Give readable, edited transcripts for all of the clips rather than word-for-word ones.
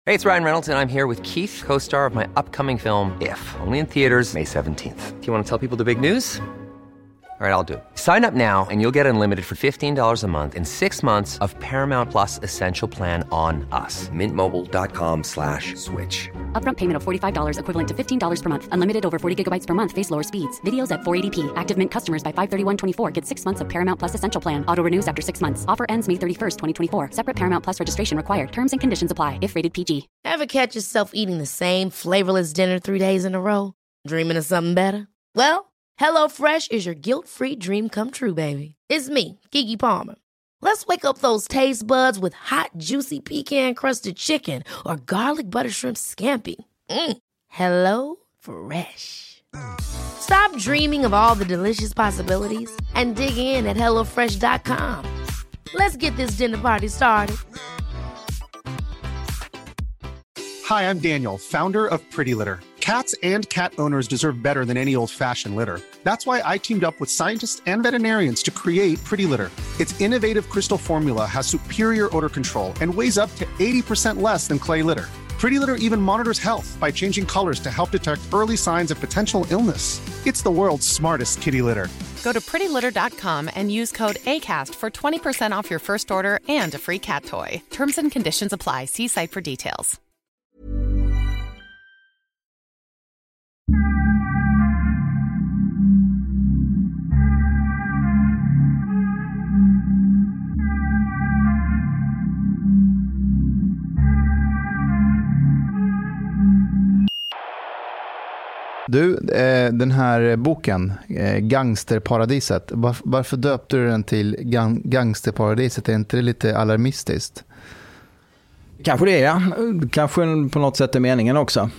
Hey, it's Ryan Reynolds, and I'm here with Keith, co-star of my upcoming film, If, only in theaters May 17th. Do you want to tell people the big news? All right, I'll do it. Sign up now and you'll get unlimited for $15 a month and 6 months of Paramount Plus Essential Plan on us. MintMobile.com/switch. Upfront payment of $45 equivalent to $15 per month. Unlimited over 40 gigabytes per month. Face lower speeds. Videos at 480p. Active Mint customers by 531.24 get 6 months of Paramount Plus Essential Plan. Auto renews after 6 months. Offer ends May 31st, 2024. Separate Paramount Plus registration required. Terms and conditions apply if rated PG. Ever catch yourself eating the same flavorless dinner 3 days in a row? Dreaming of something better? Well, HelloFresh is your guilt-free dream come true, baby. It's me, Keke Palmer. Let's wake up those taste buds with hot, juicy pecan-crusted chicken or garlic butter shrimp scampi. Hello Fresh. Stop dreaming of all the delicious possibilities and dig in at HelloFresh.com. Let's get this dinner party started. Hi, I'm Daniel, founder of Pretty Litter. Cats and cat owners deserve better than any old-fashioned litter. That's why I teamed up with scientists and veterinarians to create Pretty Litter. Its innovative crystal formula has superior odor control and weighs up to 80% less than clay litter. Pretty Litter even monitors health by changing colors to help detect early signs of potential illness. It's the world's smartest kitty litter. Go to prettylitter.com and use code ACAST for 20% off your first order and a free cat toy. Terms and conditions apply. See site for details. Du, den här boken, Gangsterparadiset, varför döpte du den till Gangsterparadiset? Är inte det lite alarmistiskt? Kanske det, ja. Kanske på något sätt är meningen också.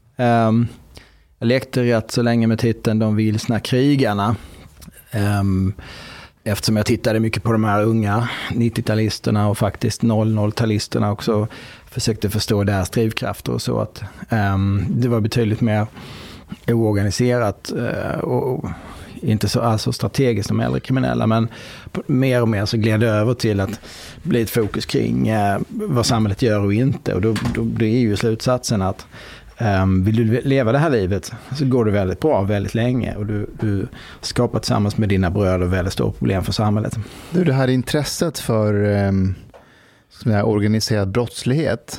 Jag lekte rätt så länge med titeln De vilsna krigarna. Eftersom jag tittade mycket på de här unga 90-talisterna och faktiskt 00-talisterna också, försökte förstå deras drivkrafter och så, att det var betydligt mer oorganiserat och inte så alltså strategiskt som äldre kriminella, men mer och mer så gled det över till att bli ett fokus kring vad samhället gör och inte, och då är ju slutsatsen att vill du leva det här livet så går det väldigt bra väldigt länge, och du skapar tillsammans med dina bröder väldigt stora problem för samhället. Du, det här intresset för organiserad brottslighet,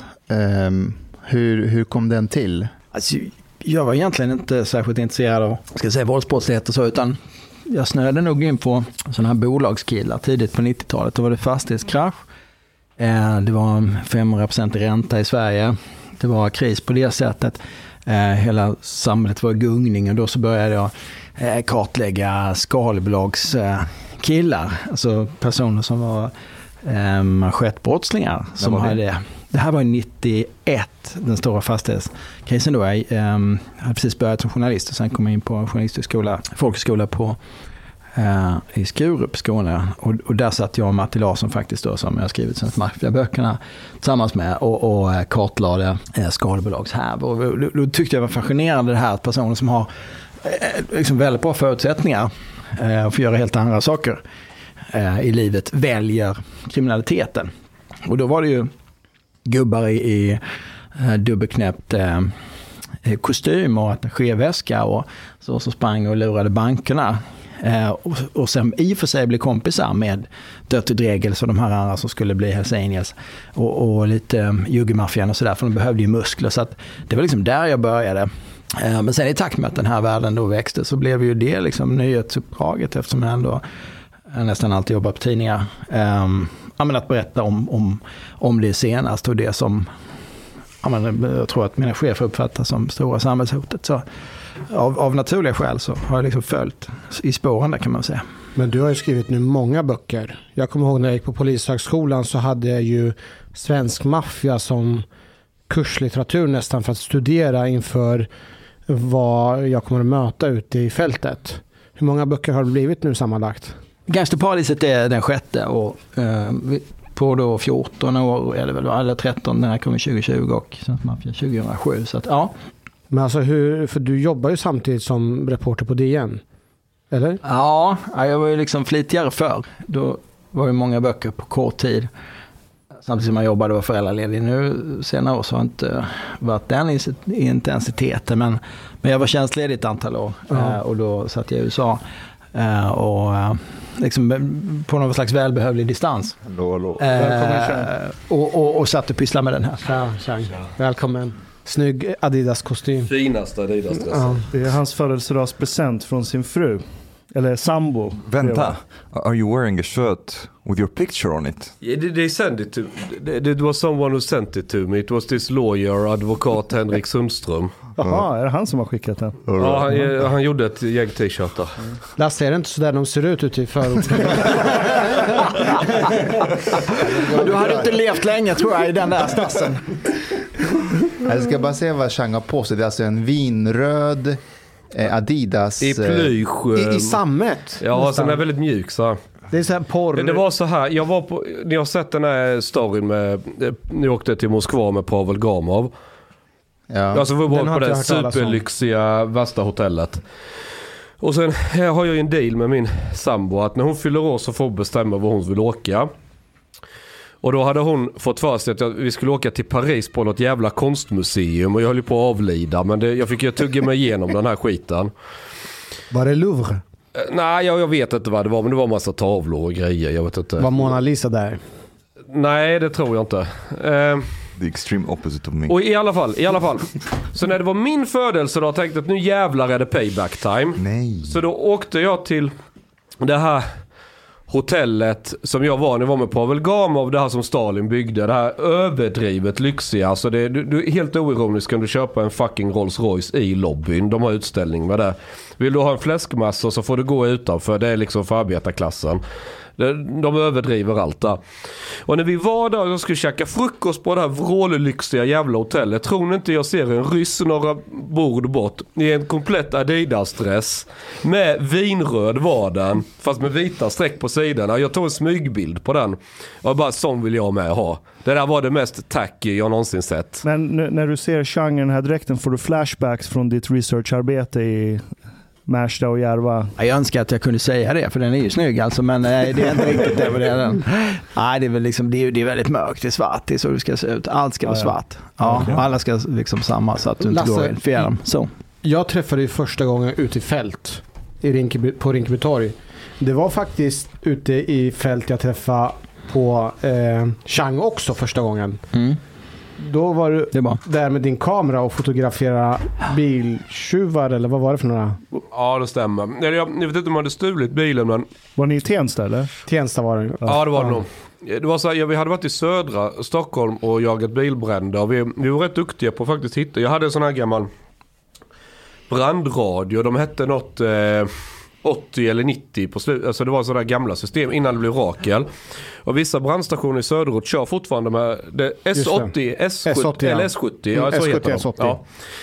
hur kom den till? Alltså, jag var egentligen inte särskilt intresserad av våldsbrottslighet och så, utan jag snöade nog in på sådana här bolagskillar tidigt på 90-talet. Då var det fastighetskrasch. Det var 500% ränta i Sverige. Det var kris på det sättet. Hela samhället var i gungning, och då så började jag kartlägga skalbolagskillar. Alltså personer som var manschettbrottslingar. Som hade... Det här var 91, den stora fastighetskrisen då. Jag hade precis börjat som journalist och sen kom jag in på folkhögskola i Skurup, Skåne. Och där satt jag och Matti Larsson faktiskt då, som jag har skrivit Svensk Maffia-böckerna tillsammans med, och kartlade skalbolagshärv. Och då tyckte jag var fascinerande det här att personer som har liksom väldigt bra förutsättningar för att göra helt andra saker i livet väljer kriminaliteten. Och då var det ju gubbar i dubbelknäppt kostym och attachéväska och så sprang och lurade bankerna. Och sen i och för sig blev kompisar med Dirty Dregels och de här andra som skulle bli Hells Angels och lite juggemaffian och sådär, för de behövde ju muskler. Så att det var liksom där jag började. Men sen i takt med att den här världen då växte så blev ju det liksom nyhetsuppdraget, eftersom jag ändå nästan alltid jobbat på tidningar. Att berätta om det senast och det som jag tror att mina chefer uppfattar som stora samhällshotet. Så av naturliga skäl så har jag liksom följt i spåren där, kan man säga. Men du har ju skrivit nu många böcker. Jag kommer ihåg när jag gick på Polishögskolan så hade jag ju Svensk Maffia som kurslitteratur nästan, för att studera inför vad jag kommer att möta ute i fältet. Hur många böcker har det blivit nu sammanlagt? Gangsterparadiset är den 6:e och på då 14 år eller 13, den här kommer 2020 och Svensk Maffia 2007. Så att, ja. Men alltså för du jobbar ju samtidigt som reporter på DN, eller? Ja, jag var ju liksom flitigare förr. Då var det många böcker på kort tid. Samtidigt som jag jobbade och var föräldraledig nu senare år så har inte varit den intensiteten. Men jag var tjänstledig ett antal år och då satt jag i USA och liksom på någon slags välbehövlig distans. Och satt och pysslade med den här. Ja, Chang. Välkommen. Snygg Adidas-kostym. Finaste Adidas-dressen. Ja. Det är hans födelsedagspresent från sin fru. Eller sambo. Vänta, are you wearing a shirt with your picture on it? Yeah, they sent it to... It was someone who sent it to me. It was this lawyer, advokat Henrik Sundström. Jaha, är det han som har skickat den? Ja, han gjorde ett gäng t-shirtar. Lasse, är det inte så där de ser ut ute i förorten? Du hade inte levt länge tror jag i den där stassen. Jag ska bara se vad Chang har på sig. Det är alltså en vinröd Adidas. I plysch. I sammet. Ja, så den är väldigt mjuk så här. Det är så här porr. Det var så här, ni har sett den här storyn med, ni åkte till Moskva med Pavel Gamov. Ja. Alltså vi var på det superlyxiga värsta hotellet. Och sen har jag ju en deal med min sambo att när hon fyller år så får hon bestämma var hon vill åka. Och då hade hon fått för sig att vi skulle åka till Paris på något jävla konstmuseum och jag höll ju på att avlida men jag fick ju tugga mig igenom den här skiten. Var det Louvre? Nej, jag vet inte vad det var men det var en massa tavlor och grejer, jag vet inte. Var Mona Lisa där? Nej, det tror jag inte. The extreme opposite of me. Och i alla fall. Så när det var min födelse då tänkte jag att nu jävlar är det payback time. Nej. Så då åkte jag till det här hotellet som jag var när jag var med Pavel Gamov, det här som Stalin byggde, det här överdrivet lyxiga. Alltså du är helt oironisk kan du köpa en fucking Rolls Royce i lobbyn. De har utställning med det. Vill du ha en fläskmassa så får du gå utanför. Det är liksom för arbetarklassen. De överdriver allt där. Och när vi var där och skulle käka frukost på det här vrålelyxiga jävla hotellet, tror ni inte jag ser en ryss några bord bort i en komplett Adidas-dress med vinröd var den, fast med vita streck på sidorna. Jag tog en smygbild på den och bara, sån vill jag med ha. Det där var det mest tacky jag någonsin sett. Men när du ser Chang i den här dräkten får du flashbacks från ditt researcharbete i Märsta och Järva. Jag önskar att jag kunde säga det, för den är ju snygg alltså, men det är inte riktigt det var det den. Nej, det är väl liksom, det är väldigt mörkt, det är svart, det är så det ska se ut. Allt ska vara svart. Ja, okay. Alla ska liksom samma så att du inte går in fjärran. Så. Jag träffade ju första gången ute i fält på Rinkeby torg. Det var faktiskt ute i fält jag träffade på Chang också första gången. Mm. Då var du där med din kamera och fotografera biltjuvar eller vad var det för några? Ja, det stämmer. Jag vet inte om man hade stulit bilen, men... Var ni i Tensta eller? Tensta var det. Ja, det var det nog. Det var så här, vi hade varit i södra Stockholm och jagat bilbränder. Vi var rätt duktiga på att faktiskt hitta. Jag hade en sån här gammal brandradio. De hette något 80 eller 90 på slut. Alltså det var sådana gamla system innan det blev Rakel. Och vissa brandstationer i söderort kör fortfarande med det S80, S70 eller S70. Ja, så heter S70. Ja.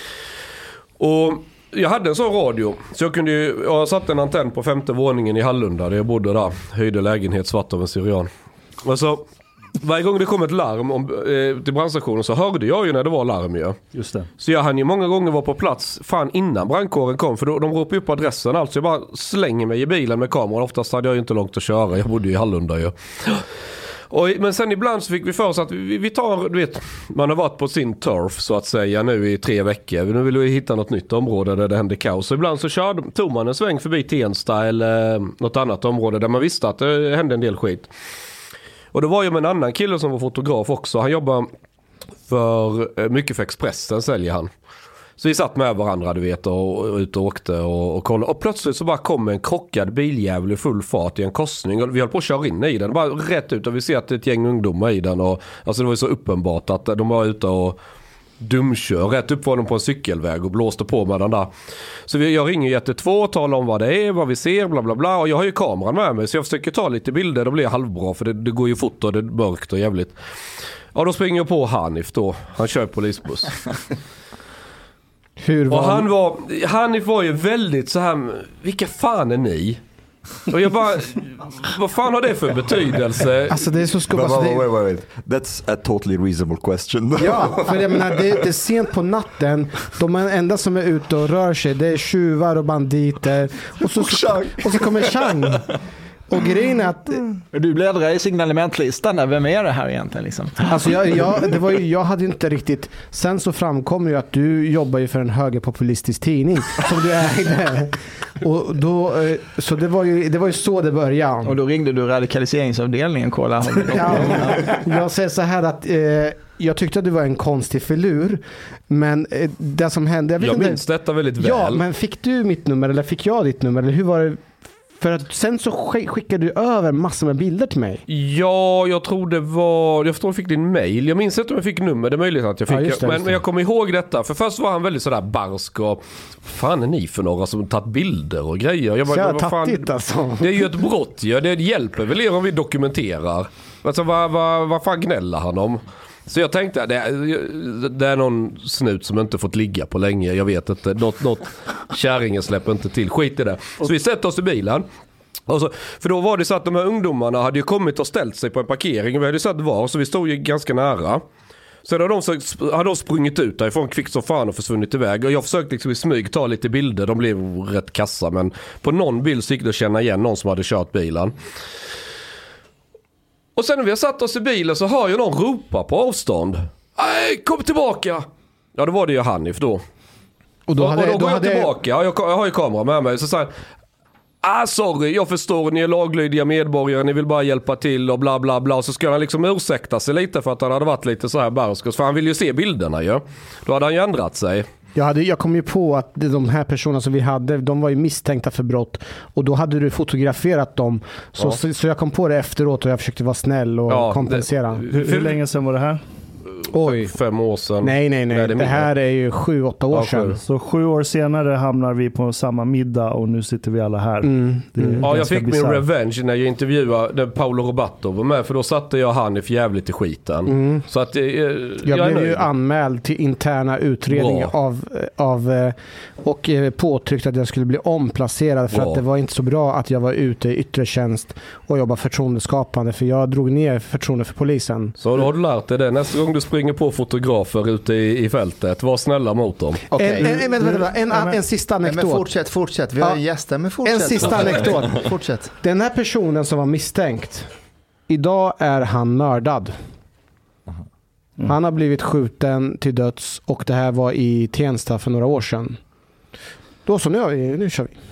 Och jag hade en sån radio. Så jag satte en antenn på 5:e våningen i Hallunda där jag bodde där. Höjde lägenhet svart av en syrian. Och så varje gång det kom ett larm till brandstationen så hörde jag ju när det var larm ju. Just det. Så jag hann ju många gånger vara på plats innan brandkåren kom, för de ropade upp adressen. Alltså jag bara slänger mig i bilen med kameran. Oftast hade jag ju inte långt att köra. Jag bodde ju i Hallunda ju. Men sen ibland så fick vi för oss att vi tar, du vet, man har varit på sin turf så att säga nu i 3 veckor. Nu vill vi hitta något nytt område där det händer kaos. Så ibland så tog man en sväng förbi Tensta eller något annat område där man visste att det hände en del skit. Och det var ju med en annan kille som var fotograf också. Han jobbar för mycket för Expressen, säljer han. Så vi satt med varandra, du vet, och ut och åkte och kollade. Och plötsligt så bara kom en krockad biljävel i full fart i en korsning. Och vi höll på att köra in i den, bara rätt ut. Och vi ser att det är ett gäng ungdomar i den. Och, alltså det var ju så uppenbart att de var ute och dumkör rätt upp var de på en cykelväg och blåste på med den där. Så jag ringer 112 och talar om vad det är, vad vi ser, bla bla bla. Och jag har ju kameran med mig så jag försöker ta lite bilder. Då blir jag halvbra för det går ju fort och det är mörkt och jävligt. Ja, då springer jag på Hanif då. Han kör polisbuss. Hanif var ju väldigt så här, vilka fan är ni? Och jag bara, vad fan har det för betydelse? Alltså det är så skumt. Wait. That's a totally reasonable question. Ja, för jag menar, det är sent på natten. De enda som är ute och rör sig, det är tjuvar och banditer. Och så kommer Chang. Och grejen är att... Du bläddrar i signalementlistan där. Vem är det här egentligen? Liksom? Alltså jag hade inte riktigt... Sen så framkom ju att du jobbar ju för en högerpopulistisk tidning som du ägde. Och då, så det var ju så det började. Och då ringde du radikaliseringsavdelningen, kolla. Jag säger så här att... jag tyckte att du var en konstig filur, men det som hände... Jag minns detta väldigt väl. Ja, men fick du mitt nummer eller fick jag ditt nummer? Eller hur var det? För att sen så skickade du över massor med bilder till mig. Ja, jag tror det var... Jag förstår jag fick din mail. Jag minns inte om jag fick nummer. Det är möjligt att jag fick. Ja, men jag kommer ihåg detta. För först var han väldigt sådär barsk och... Fan är ni för några som tagit bilder och grejer? Jag bara, tattigt alltså. Det är ju ett brott. Ja. Det hjälper väl er om vi dokumenterar. Alltså vad fan gnäller han om? Så jag tänkte, det är någon snut som inte fått ligga på länge. Jag vet inte. Något kärringen släpper inte till. Skit i det. Så vi sätter oss i bilen. Och så, för då var det så att de här ungdomarna hade ju kommit och ställt sig på en parkering. Vi hade sett var, så vi stod ju ganska nära. Sen hade de sprungit ut därifrån, kvickt som fan och försvunnit iväg. Och jag försökte liksom i smyg ta lite bilder. De blev rätt kassa. Men på någon bild så gick det att känna igen någon som hade kört bilen. Och sen när vi har satt oss i bilen så hör ju någon ropa på avstånd. Nej, kom tillbaka! Ja, då var det ju Hanif då. Och då går jag tillbaka. Jag har ju kamera med mig. Så säger sorry, jag förstår, ni är laglydiga medborgare, ni vill bara hjälpa till och bla bla bla. Och så ska han liksom ursäkta sig lite för att han hade varit lite så här barsk. För han vill ju se bilderna ju. Då hade han ju ändrat sig. Jag kom ju på att de här personerna som vi hade, de var ju misstänkta för brott. Och då hade du fotograferat dem. Så jag kom på det efteråt och jag försökte vara snäll och kompensera. Hur länge sedan var det här? Oj. 5 år sedan. Nej. Det här är ju 7-8 år sedan. Så 7 år senare hamnar vi på samma middag och nu sitter vi alla här. Ja, jag fick min revenge när jag intervjuade Paolo Roberto var med, för då satte jag han i jävligt i skiten. Så att jag blev ju anmäld till interna utredning och påtryckt att jag skulle bli omplacerad för att det var inte så bra att jag var ute i yttre tjänst och jobbade förtroendeskapande, för jag drog ner förtroende för polisen. Så då har du lärt dig det. Nästa gång du springer på fotografer ute i fältet, var snälla mot dem. En sista anekdot. Men fortsätt. Vi har gäster, men fortsätt. En sista anekdot. Fortsätt. Den här personen som var misstänkt, idag är han mördad. Han har blivit skjuten till döds och det här var i Tensta för några år sedan. Då så, nu kör vi.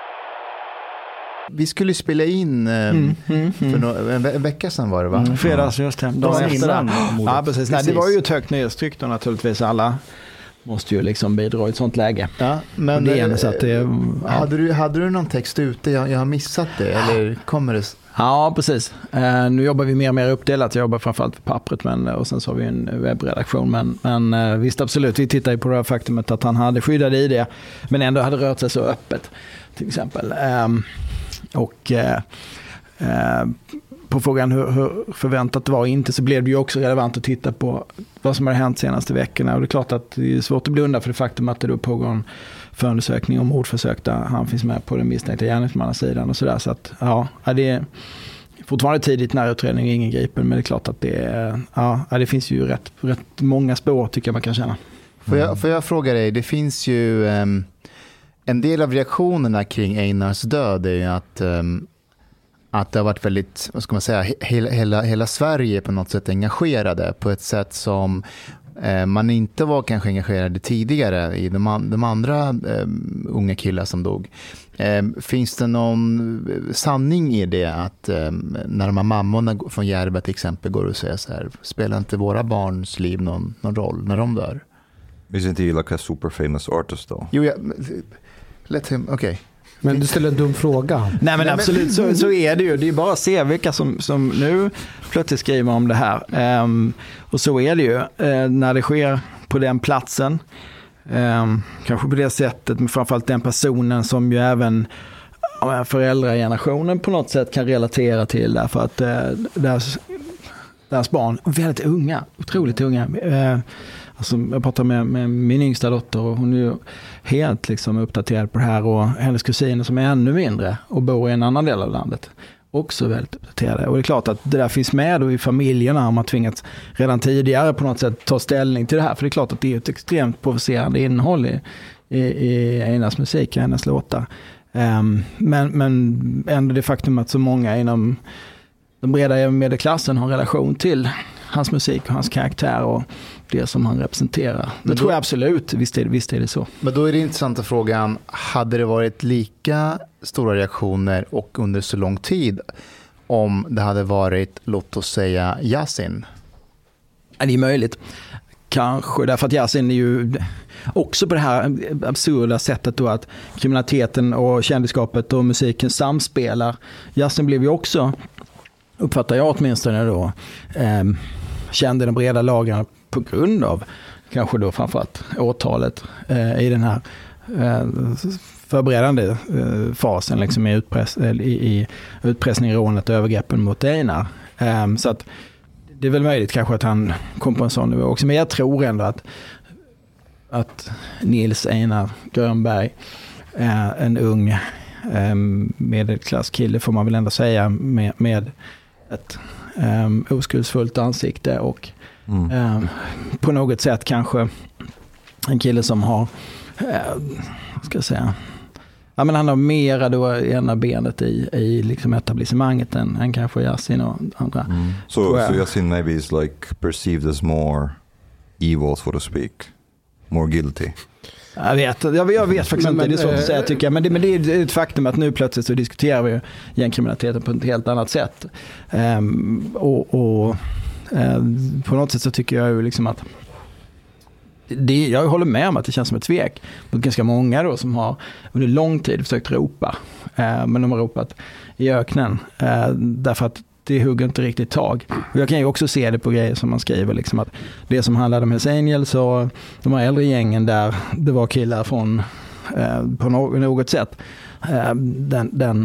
Vi skulle spela in för en vecka sedan var det, va? Fredags, just det. Ja, precis. Nej, det var ju ett högt nyhetstryck då naturligtvis. Alla måste ju liksom bidra i ett sånt läge. Ja, men hade du någon text ute? Jag har missat det, eller kommer det? Ja, precis. Nu jobbar vi mer och mer uppdelat. Jag jobbar framförallt för pappret, och sen så har vi en webbredaktion. Men visst, absolut. Vi tittar ju på det här faktumet att han hade skyddade ID, men ändå hade rört sig så öppet, till exempel. På frågan hur förväntat det var inte, så blev det ju också relevant att titta på vad som har hänt senaste veckorna. Och det är klart att det är svårt att blunda för det faktum att det då pågår en förundersökning om mordförsök där han finns med på den misstänkta gärningsmannasidan och sådär. Så att det är fortfarande tidigt när utredningen är ingen gripen, men det är klart att det finns ju rätt många spår, tycker jag man kan känna. Får jag fråga dig, det finns ju en del av reaktionerna kring Einars död är ju att det har varit väldigt, vad ska man säga, hela Sverige på något sätt engagerade på ett sätt som man inte var kanske engagerade tidigare i de andra unga killar som dog. Finns det någon sanning i det att när de här mammorna från Järva till exempel går och säger så här, spelar inte våra barns liv någon roll när de dör? Isn't he like a super famous artist though? Jo, let him, okay. Men du ställer en dum fråga. Nej, men absolut, så är det ju. Det är bara att se vilka som nu plötsligt skriver om det här. Och så är det ju när det sker på den platsen. Kanske på det sättet, men framförallt den personen som ju även föräldragenerationen på något sätt kan relatera till. Därför att deras barn är väldigt unga, otroligt unga. Alltså, jag pratar med min yngsta dotter och hon är ju helt liksom uppdaterad på det här, och hennes kusiner som är ännu mindre och bor i en annan del av landet också väldigt uppdaterade. Och det är klart att det där finns med då i familjerna, om man tvingats redan tidigare på något sätt ta ställning till det här, för det är klart att det är ett extremt provocerande innehåll i Einars musik och hennes låtar. Men ändå det faktum att så många inom den breda medelklassen har relation till hans musik och hans karaktär och det som han representerar. Det tror jag absolut, visst är det så. Men då är det intressanta frågan, hade det varit lika stora reaktioner och under så lång tid om det hade varit, låt oss säga, Yasin? Ja, det är möjligt. Kanske, därför att Yasin är ju också på det här absurda sättet då att kriminaliteten och kändisskapet och musiken samspelar. Yasin blev ju också, uppfattar jag åtminstone då, kände den breda lagen på grund av kanske då framförallt åtalet i den här förberedande fasen liksom i utpressning, rånet och övergreppen mot Einar. Så att det är väl möjligt kanske att han kom på en sån nivå också. Men jag tror ändå att Nils Einar Grönberg är en ung medelklasskille, får man väl ändå säga, med ett oskuldsfullt ansikte och på något sätt kanske en kille som har ska jag säga, ja, men han har mera då ena benet i liksom etablissemanget än kanske Yasin och andra. So Yasin maybe is like perceived as more evil, so to speak, more guilty. Jag vet faktiskt inte, det är svårt att säga tycker jag. Men det är ett faktum att nu plötsligt så diskuterar vi gängkriminaliteten på ett helt annat sätt. På något sätt så tycker jag ju liksom att jag håller med om att det känns som ett svek mot ganska många då som har under lång tid försökt ropa. Men de har ropat i öknen. Därför att det hugger inte riktigt tag. Och jag kan ju också se det på grejer som man skriver. Liksom att det som handlade om Hells Angels och de här äldre gängen där det var killar från på något sätt den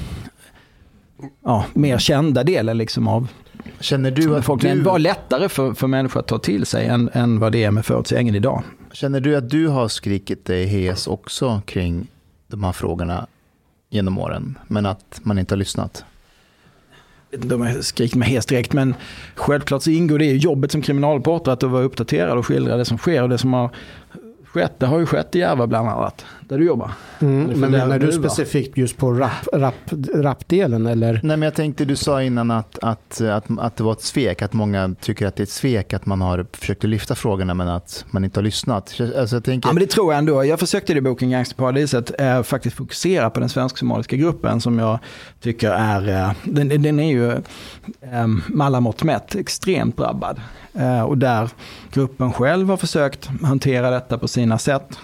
mer kända delen liksom av. Känner du att det var lättare för människor att ta till sig än vad det är med förutsägningen idag? Känner du att du har skrikit dig hes också kring de här frågorna genom åren, men att man inte har lyssnat? De har skrikit med hes direkt, men självklart så ingår det i jobbet som kriminalreporter att vara uppdaterad och skildra det som sker, och det som har skett, det har ju skett i Järva bland annat, där du jobbar. Men när du specifikt just på rapdelen eller? Nej, men jag tänkte, du sa innan att det var ett svek, att många tycker att det är ett svek att man har försökt lyfta frågorna men att man inte har lyssnat. Alltså, jag tänker... Ja, men det tror jag ändå. Jag försökte i boken Gangsterparadiset faktiskt fokusera på den svensk-somaliska gruppen som jag tycker är, den är ju med alla mått mätt extremt drabbad. Och där gruppen själv har försökt hantera detta på sina sätt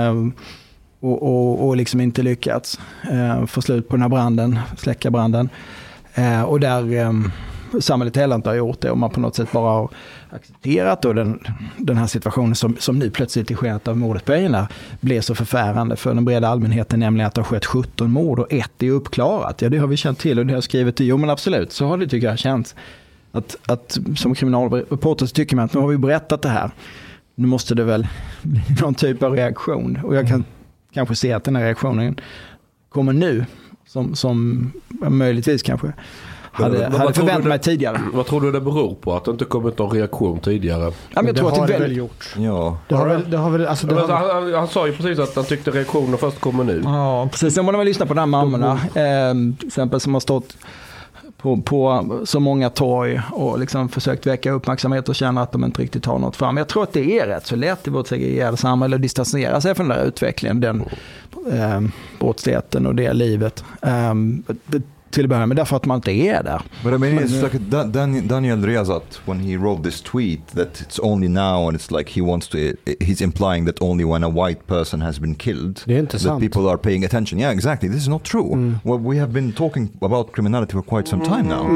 och liksom inte lyckats få slut på den här branden, släcka branden. Och där samhället heller inte har gjort det, och man på något sätt bara har accepterat då den här situationen som nu plötsligt i skenet av mordet på Einar blev så förfärande för den breda allmänheten, nämligen att det har skett 17 mord och ett är uppklarat. Ja, det har vi känt till och det har skrivit i. Jo, men absolut, så har det tycker jag känts. Att som kriminalreporter så tycker man att nu har vi berättat det här. Nu måste det väl bli någon typ av reaktion. Och jag kan kanske se att den här reaktionen kommer nu. Som möjligtvis kanske hade förväntat mig tidigare. Vad tror du det beror på? Att det inte kommit någon reaktion tidigare? Ja, men jag tror att det är väl gjort. Ja. Han sa ju precis att han tyckte reaktionen först kommer nu. Ja, precis. Om man väl lyssnar på de här mammorna. Till exempel som har stått på så många torg och liksom försökt väcka uppmärksamhet och känna att de inte riktigt har något fram. Jag tror att det är rätt så lätt i vårt segregerade samhälle att distansera sig från den där utvecklingen, den brottsligheten och det livet. Till att börja med, därför att man inte är där. But I mean, it's like Daniel Riazat, when he wrote this tweet that it's only now, and it's like he's implying that only when a white person has been killed that people are paying attention. Yeah, exactly. This is not true. Well, we have been talking about criminality for quite some time now.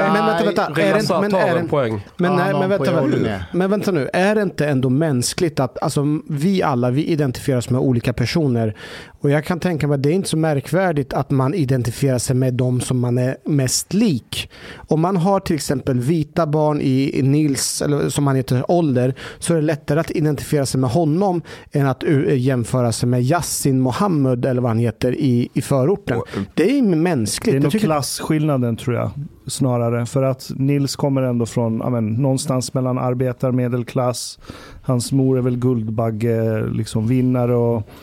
Men vänta nu, är det inte ändå mänskligt att alltså, vi identifieras med olika personer, och jag kan tänka mig att det är inte så märkvärdigt att man identifierar sig med dem som man är mest lik. Om man har till exempel vita barn i Nils, eller som han heter, ålder, så är det lättare att identifiera sig med honom än att jämföra sig med Yasin Mohammed eller vad han heter i förorten. Det är mänskligt. Det är nog klasskillnaden, tror jag, snarare. För att Nils kommer ändå från någonstans mellan arbetar- medelklass. Hans mor är väl Guldbagge, liksom vinnare, och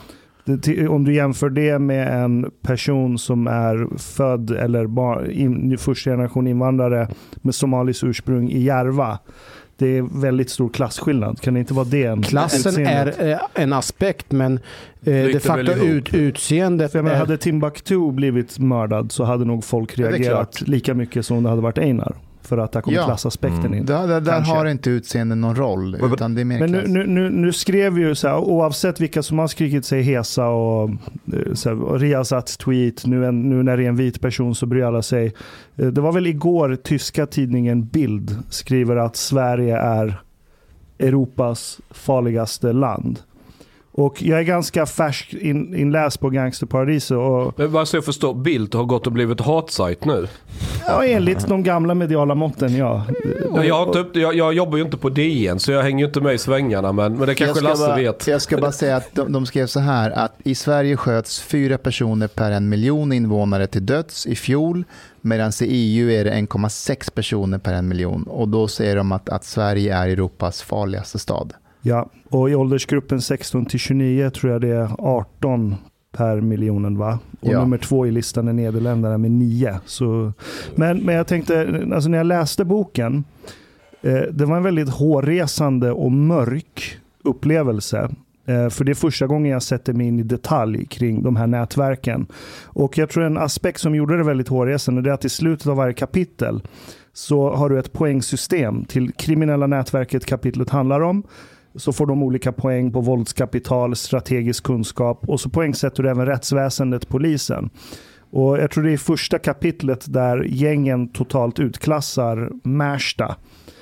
Om du jämför det med en person som är född eller första generation invandrare med somaliskt ursprung i Järva. Det är väldigt stor klasskillnad. Kan det inte vara det? Klassen är en aspekt, men de facto utseendet... För hade Timbuktu blivit mördad så hade nog folk reagerat lika mycket som det hade varit Einar. För att där kommer klassaspekten in. Där har inte utseende någon roll. Utan det är mer men nu skrev ju så här, oavsett vilka som har skrikit sig hesa och Riazats tweet, nu när det är en vit person så bryr alla sig. Det var väl igår tyska tidningen Bild skriver att Sverige är Europas farligaste land. Och jag är ganska färsk inläst på Gangsterparadiset. Men vad så jag förstår, Bild har gått och blivit hatsajt nu? Ja, enligt de gamla mediala måtten, ja. Jag jobbar ju inte på DN så jag hänger inte med i svängarna, men det kanske Lasse vet. Jag ska bara säga att de skrev så här, att i Sverige sköts 4 personer per 1 miljon invånare till döds i fjol, medan i EU är det 1,6 personer per 1 miljon. Och då säger de att Sverige är Europas farligaste stad. Ja, och i åldersgruppen 16-29 tror jag det är 18 per miljonen, va? Och nummer 2 i listan är Nederländerna med 9. Så, men jag tänkte, alltså när jag läste boken, det var en väldigt hårresande och mörk upplevelse. För det är första gången jag sätter mig in i detalj kring de här nätverken. Och jag tror en aspekt som gjorde det väldigt hårresande, det är att i slutet av varje kapitel så har du ett poängsystem till kriminella nätverket kapitlet handlar om. Så får de olika poäng på våldskapital, strategisk kunskap, och så poängsätter du även rättsväsendet, polisen. Och jag tror det är första kapitlet där gängen totalt utklassar Märsta.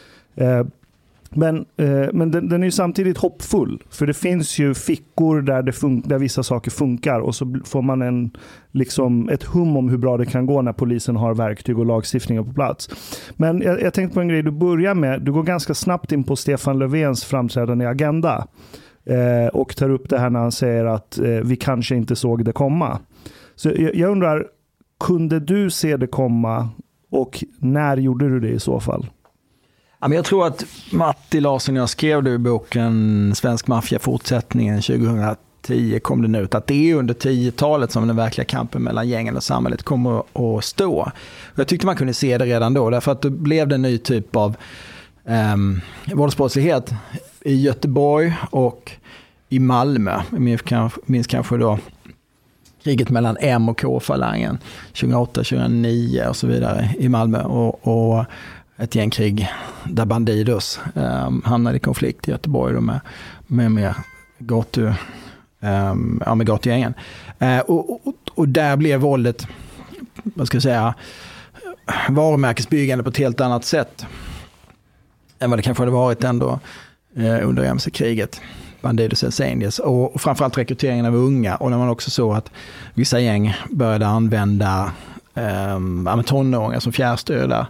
Men den är ju samtidigt hoppfull, för det finns ju fickor där vissa saker funkar, och så får man ett hum om hur bra det kan gå när polisen har verktyg och lagstiftningar på plats. Men jag tänkte på en grej du börjar med. Du går ganska snabbt in på Stefan Löfvens framträdande i Agenda och tar upp det här när han säger att vi kanske inte såg det komma. Så jag undrar, kunde du se det komma, och när gjorde du det i så fall? Jag tror att Matti Larsson och jag skrev det i boken Svensk maffia fortsättningen 2010 kom den ut, att det är under 10-talet som den verkliga kampen mellan gängen och samhället kommer att stå. Jag tyckte man kunde se det redan då, därför att då blev det en ny typ av våldsbrottslighet i Göteborg och i Malmö. Jag minns kanske då kriget mellan M och K-falangen 2008-2009 och så vidare i Malmö, och ett gängkrig där Bandidos hamnade i konflikt i Göteborg med gatugängen. Och där blev våldet, vad ska jag säga, varumärkesbyggande på ett helt annat sätt än vad det kanske hade varit ändå under MC-kriget. Bandidos Hells Angels, och framförallt rekryteringen av unga, och när man också såg att vissa gäng började använda tonåringar som fjärrstödda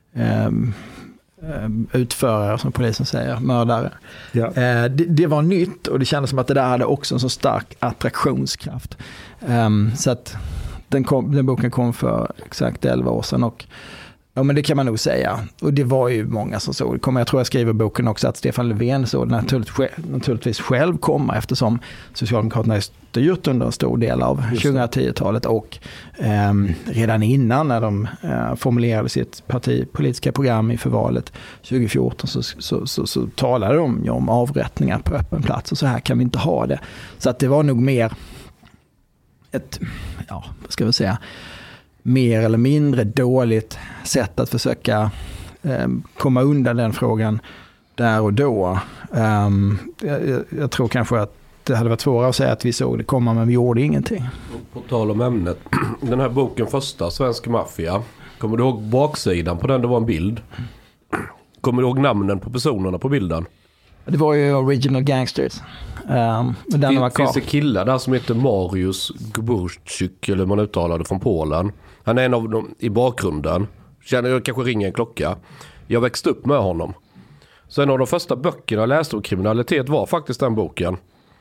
utförare, som polisen säger, mördare. Ja. Det var nytt, och det kändes som att det där hade också en så stark attraktionskraft. Så att den boken kom för exakt 11 år sedan, och ja, men det kan man nog säga. Och det var ju många som såg. Jag tror jag skriver boken också att Stefan Löfven såg naturligtvis själv komma, eftersom Socialdemokraterna styrt under en stor del av 2010-talet, och redan innan när de formulerade sitt partipolitiska program inför valet 2014 så talade de ju om avrättningar på öppen plats, och så här kan vi inte ha det. Så att det var nog mer ett, vad ska vi säga, mer eller mindre dåligt sätt att försöka komma undan den frågan där och då. Jag tror kanske att det hade varit svårare att säga att vi såg det komma, men vi gjorde ingenting. På tal om ämnet, den här boken första, Svensk maffia, kommer du ihåg baksidan på den? Det var en bild. Kommer du ihåg namnen på personerna på bilden? Det var ju Original Gangsters. Finns det killar där som heter Mariusz Gborczyk, eller man uttalade, från Polen. Han är en av dem i bakgrunden. Jag kanske ringer en klocka. Jag växte upp med honom. Så en av de första böckerna jag läste om kriminalitet var faktiskt den boken.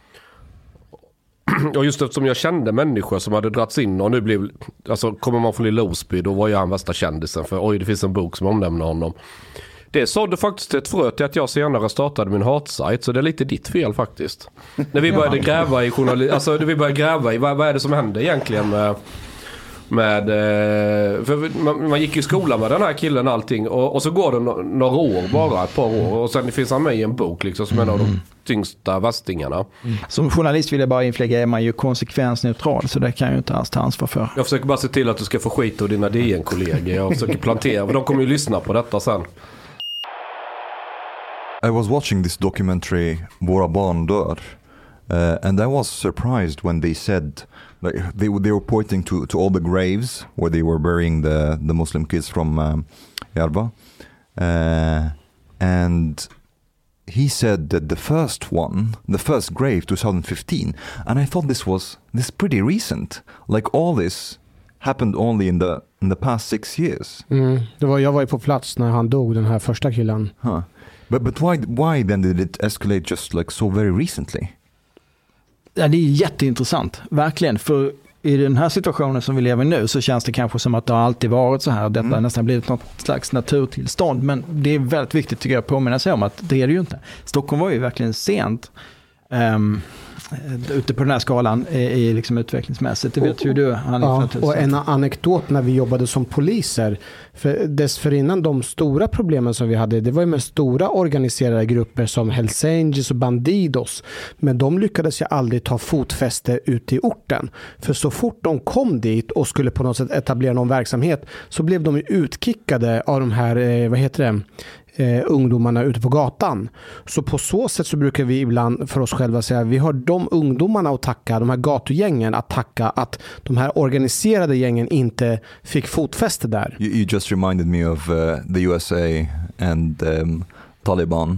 Och just eftersom jag kände människor som hade dragits in, och nu blev, alltså kommer man från Lilla Osby, då var jag han värsta kändisen, för det finns en bok som omnämner honom. Det sådde faktiskt ett frö till att jag senare startade min hatsajt, så det är lite ditt fel faktiskt. När vi började gräva i vad är det som hände egentligen med för man gick i skolan med den här killen allting och så går det några år, bara ett par år, och sen finns han med i en bok liksom, som en av de tyngsta västingarna. Som journalist vill jag bara inflägga, är man ju konsekvensneutral, så det kan jag ju inte alls ta ansvar för. Jag försöker bara se till att du ska få skit av dina DN-kollegor. Jag försöker plantera, för de kommer ju lyssna på detta sen. I was watching this documentary, Våra barn dör, and I was surprised when they said, like, they were pointing to all the graves where they were burying the Muslim kids from Järva, and he said that the first grave 2015, and I thought this pretty recent, like all this happened only in the past 6 years. Jag var ju på plats när han dog, den här första killen. But why then did it escalate just like so very recently? Ja, det är jätteintressant, verkligen. För i den här situationen som vi lever i nu så känns det kanske som att det har alltid varit så här. Detta har nästan blivit något slags naturtillstånd. Men det är väldigt viktigt, tycker jag, att påminna sig om att det är det ju inte. Stockholm var ju verkligen sent ute på den här skalan i liksom utvecklingsmässigt. Det vet ju du. Och en anekdot när vi jobbade som poliser. För dessförinnan, de stora problemen som vi hade, det var ju med stora organiserade grupper som Hells Angels och Bandidos. Men de lyckades ju aldrig ta fotfäste ute i orten. För så fort de kom dit och skulle på något sätt etablera någon verksamhet, så blev de ju utkickade av de här, ungdomarna ute på gatan. Så på så sätt så brukar vi ibland för oss själva säga, vi har de ungdomarna att tacka, de här gatugängen att tacka, att de här organiserade gängen inte fick fotfäste där. You just reminded me of the USA and Taliban.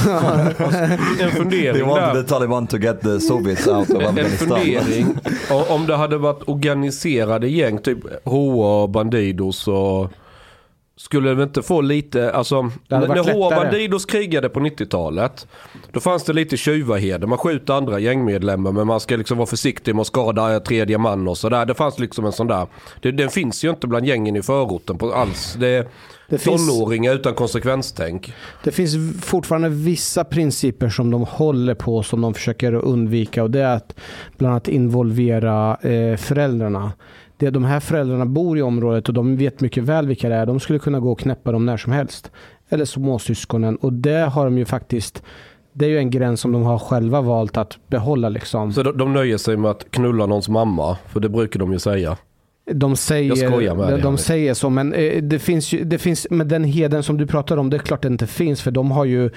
En fundering. They wanted the Taliban to get the Soviets out of Afghanistan. En fundering. Om det hade varit organiserade gäng, typ HA, Bandidos och skulle vi inte få lite, alltså när HA Bandidos krigade på 90-talet, då fanns det lite tjuvaheder, man skjuter andra gängmedlemmar men man ska liksom vara försiktig med att skada tredje man och sådär. Det fanns liksom en sån där, den finns ju inte bland gängen i förorten på alls. Det tonåringar utan konsekvenstänk. Det finns fortfarande vissa principer som de håller på, som de försöker undvika, och det är att bland annat involvera föräldrarna. De här föräldrarna bor i området och de vet mycket väl vilka det är. De skulle kunna gå och knäppa dem när som helst. Eller småsyskonen. Och det har de ju faktiskt, det är ju en gräns som de har själva valt att behålla liksom. Så de nöjer sig med att knulla någons mamma, för det brukar de ju säga. De säger så, men det finns med den heden som du pratar om, det är klart det inte finns, för de har ju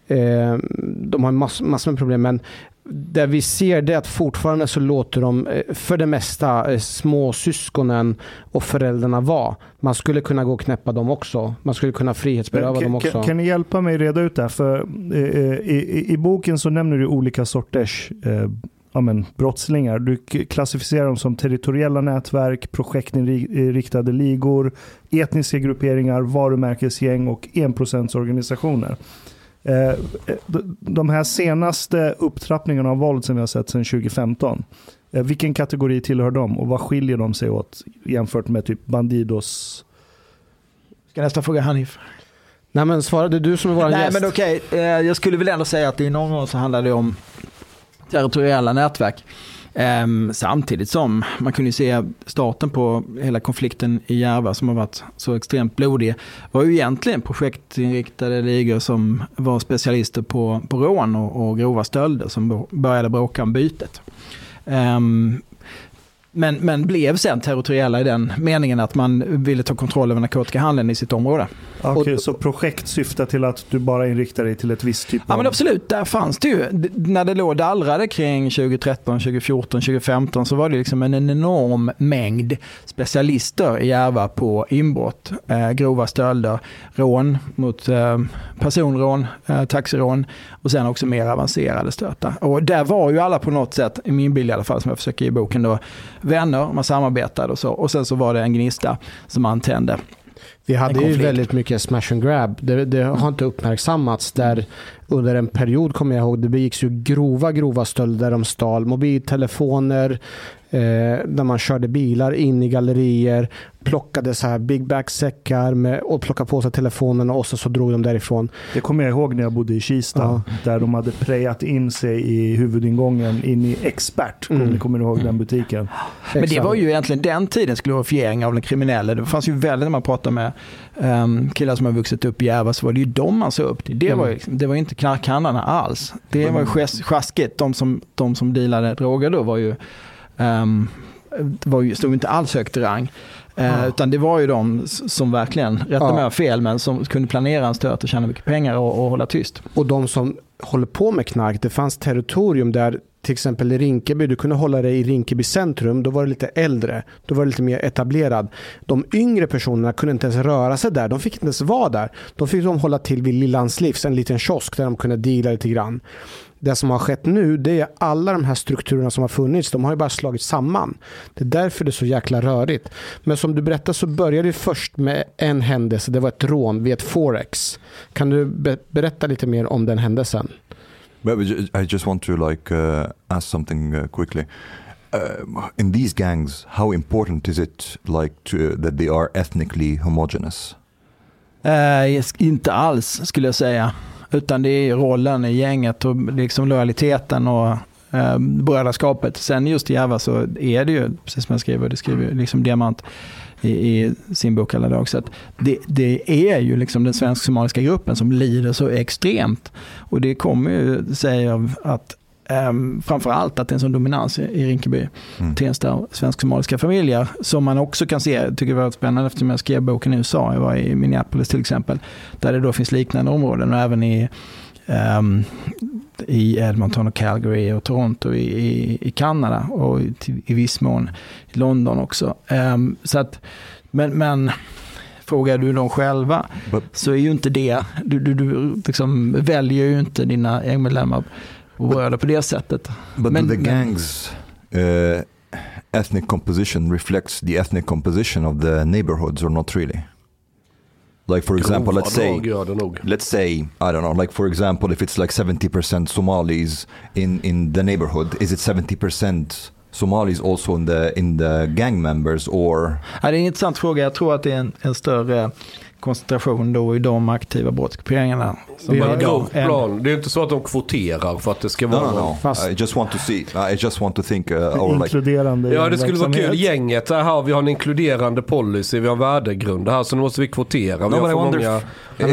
massor med problem, men där vi ser det att fortfarande så låter de för det mesta små syskonen och föräldrarna vara. Man skulle kunna gå och knäppa dem också. Man skulle kunna frihetsberöva dem också. Kan ni hjälpa mig reda ut det här? För i boken så nämner du olika sorters brottslingar. Du klassificerar dem som territoriella nätverk, projektinriktade ligor, etniska grupperingar, varumärkesgäng och 1%-organisationer. De här senaste upptrappningarna av våld som vi har sett sedan 2015, vilken kategori tillhör de och vad skiljer de sig åt jämfört med typ Bandidos? Ska nästa fråga Hanif? Nej, men svarade du som är vår gäst. Men okej, jag skulle väl ändå säga att i någon gång så handlar det om territoriella nätverk. Samtidigt som man kunde se starten på hela konflikten i Järva, som har varit så extremt blodig, var ju egentligen projektinriktade ligor som var specialister på rån och grova stölder som började bråka om bytet. Men blev sen territoriella i den meningen att man ville ta kontroll över narkotikahandeln i sitt område. Okej, så projekt syftar till att du bara inriktar dig till ett visst typ av... Ja, men absolut. Där fanns det ju, när det låg dallrade kring 2013, 2014, 2015, så var det liksom en enorm mängd specialister i Järva på inbrott, grova stölder, rån mot personrån, taxirån och sen också mer avancerade stötar. Och där var ju alla på något sätt, i min bild i alla fall som jag försöker i boken då, vänner, man samarbetade och så. Och sen så var det en gnista som antände. Vi hade ju väldigt mycket smash and grab. Det har inte uppmärksammats där under en period, kommer jag ihåg, det begicks ju grova stölder där de stal mobiltelefoner, där man körde bilar in i gallerier. plockade så här big bag-säckar och plockade på sig telefonen och så drog de därifrån. Det kommer jag ihåg när jag bodde i Kista, där de hade prejat in sig i huvudingången in i Expert. Kommer du ihåg den butiken? Men det var ju egentligen den tidens glorifiering av den kriminella. Det fanns ju väldigt, när man pratar med killar som har vuxit upp i Järva, så var det ju de man såg upp till. Det var ju inte knarkhandlarna alls. Det var ju sjaskigt. De som dealade droger då stod inte alls högt i rang. Utan det var ju de som verkligen rättade med fel, men som kunde planera en stöt och tjäna mycket pengar och hålla tyst. Och de som håller på med knark, det fanns territorium där, till exempel i Rinkeby, du kunde hålla dig i Rinkeby centrum, då var det lite äldre, då var det lite mer etablerad. De yngre personerna kunde inte ens röra sig där, de fick inte ens vara där. De fick hålla till vid Lillans Livs, en liten kiosk där de kunde deala lite grann. Det som har skett nu, det är alla de här strukturerna som har funnits, de har ju bara slagit samman. Det är därför det är så jäkla rörigt. Men som du berättade så började det först med en händelse, det var ett rån vid ett Forex. Kan du berätta lite mer om den händelsen? I just want to ask something quickly. In these gangs, how important is it that they are ethnically homogeneous? Inte alls, skulle jag säga. Utan det är rollen i gänget och liksom lojaliteten och brödraskapet. Sen just i Järva så är det ju, precis som jag skriver, det skriver liksom Diamant i sin bok alla dag, så att det är ju liksom den svensk-somaliska gruppen som lider så extremt. Och det kommer ju säga av att framförallt att det är en sån dominans i Rinkeby, Tensta och svensk-somaliska familjer, som man också kan se, tycker det var spännande eftersom jag skrev boken i USA, jag var i Minneapolis till exempel, där det då finns liknande områden, och även i Edmonton och Calgary och Toronto i Kanada och i viss mån i London också. Så att, men frågar du dem själva så är ju inte det, du liksom väljer ju inte dina gängmedlemmar och röra på det sättet. But the gangs ethnic composition reflects the ethnic composition of the neighborhoods or not really? Like for example, let's say I don't know, like for example, if it's like 70% Somalis in the neighborhood, is it 70% Somalis also in the gang members or? Ja, det är en intressant fråga. Jag tror att det är en större koncentration då i de aktiva brottsgrupperingarna. Det är inte så att de kvoterar för att det ska vara... No. I just want to think inkluderande. Ja, det skulle vara kul. Gänget här, vi har en inkluderande policy, vi har värdegrund här, så nu måste vi kvotera. No, but I wonder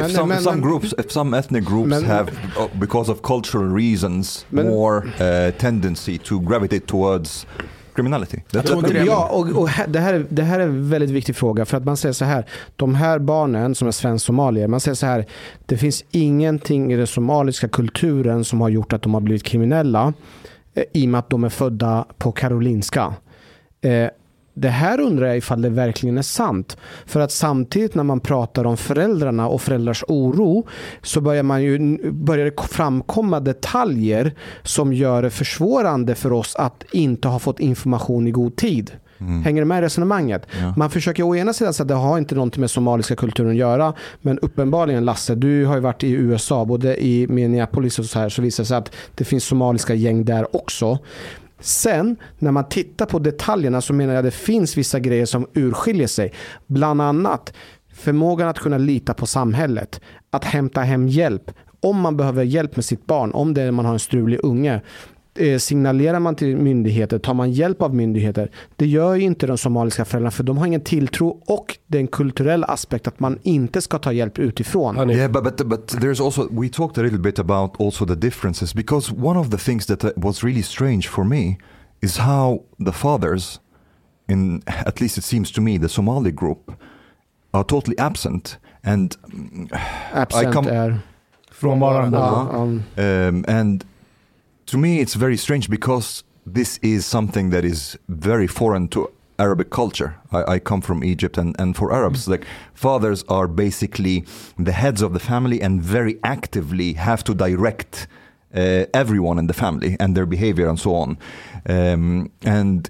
if some ethnic groups have, because of cultural reasons, more tendency to gravitate towards criminality. Ja, och det här är en väldigt viktig fråga, för att man säger så här, de här barnen som är svensk-somalier, man säger så här, det finns ingenting i den somaliska kulturen som har gjort att de har blivit kriminella i och med att de är födda på Karolinska. Det här undrar jag ifall det verkligen är sant. För att samtidigt när man pratar om föräldrarna och föräldrars oro, så börjar det framkomma detaljer som gör det försvårande för oss att inte ha fått information i god tid. Hänger det med i resonemanget? Ja. Man försöker å ena sidan säga att det har inte någonting med somaliska kulturen att göra, men uppenbarligen, Lasse, du har ju varit i USA, både i Minneapolis och så här, så visar det sig att det finns somaliska gäng där också. Sen, när man tittar på detaljerna, så menar jag att det finns vissa grejer som urskiljer sig. Bland annat förmågan att kunna lita på samhället, att hämta hem hjälp om man behöver hjälp med sitt barn, om det är man har en strulig unge. Signalerar man till myndigheter, tar man hjälp av myndigheter. Det gör ju inte de somaliska föräldrarna, för de har ingen tilltro, och den kulturella aspekt att man inte ska ta hjälp utifrån. Yeah, but there's also, we talked a little bit about also the differences, because one of the things that was really strange for me is how the fathers, in at least it seems to me, the Somali group are totally absent, and absent är frånvarande. And to me, it's very strange, because this is something that is very foreign to Arabic culture. I come from Egypt, and for Arabs, like, fathers are basically the heads of the family and very actively have to direct everyone in the family and their behavior and so on. And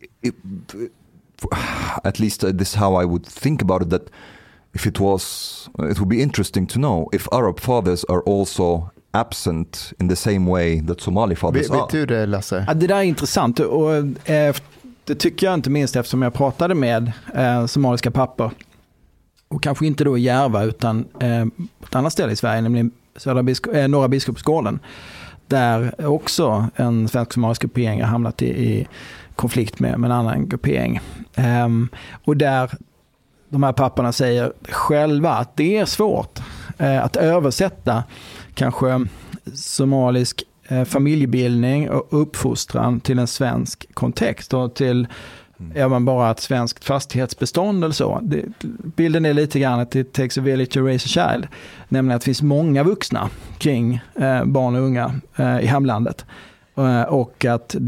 at least this is how I would think about it, that if it would be interesting to know if Arab fathers are also absent in the same way that Somali fathers are. Vet du det, Lasse? Ja, det där är intressant, och det tycker jag inte minst eftersom jag pratade med somaliska pappor. Och kanske inte då i Järva utan på ett annat ställe i Sverige, nämligen Norra Biskopsgården. Där också en svensk-somalisk gruppering har hamnat i konflikt med en annan gruppering. Och där de här papporna säger själva att det är svårt att översätta kanske somalisk familjebildning och uppfostran till en svensk kontext och till bara ett svenskt fastighetsbestånd eller så. Bilden är lite grann att it takes a village to raise a child. Nämligen att det finns många vuxna kring barn och unga i hemlandet. Och att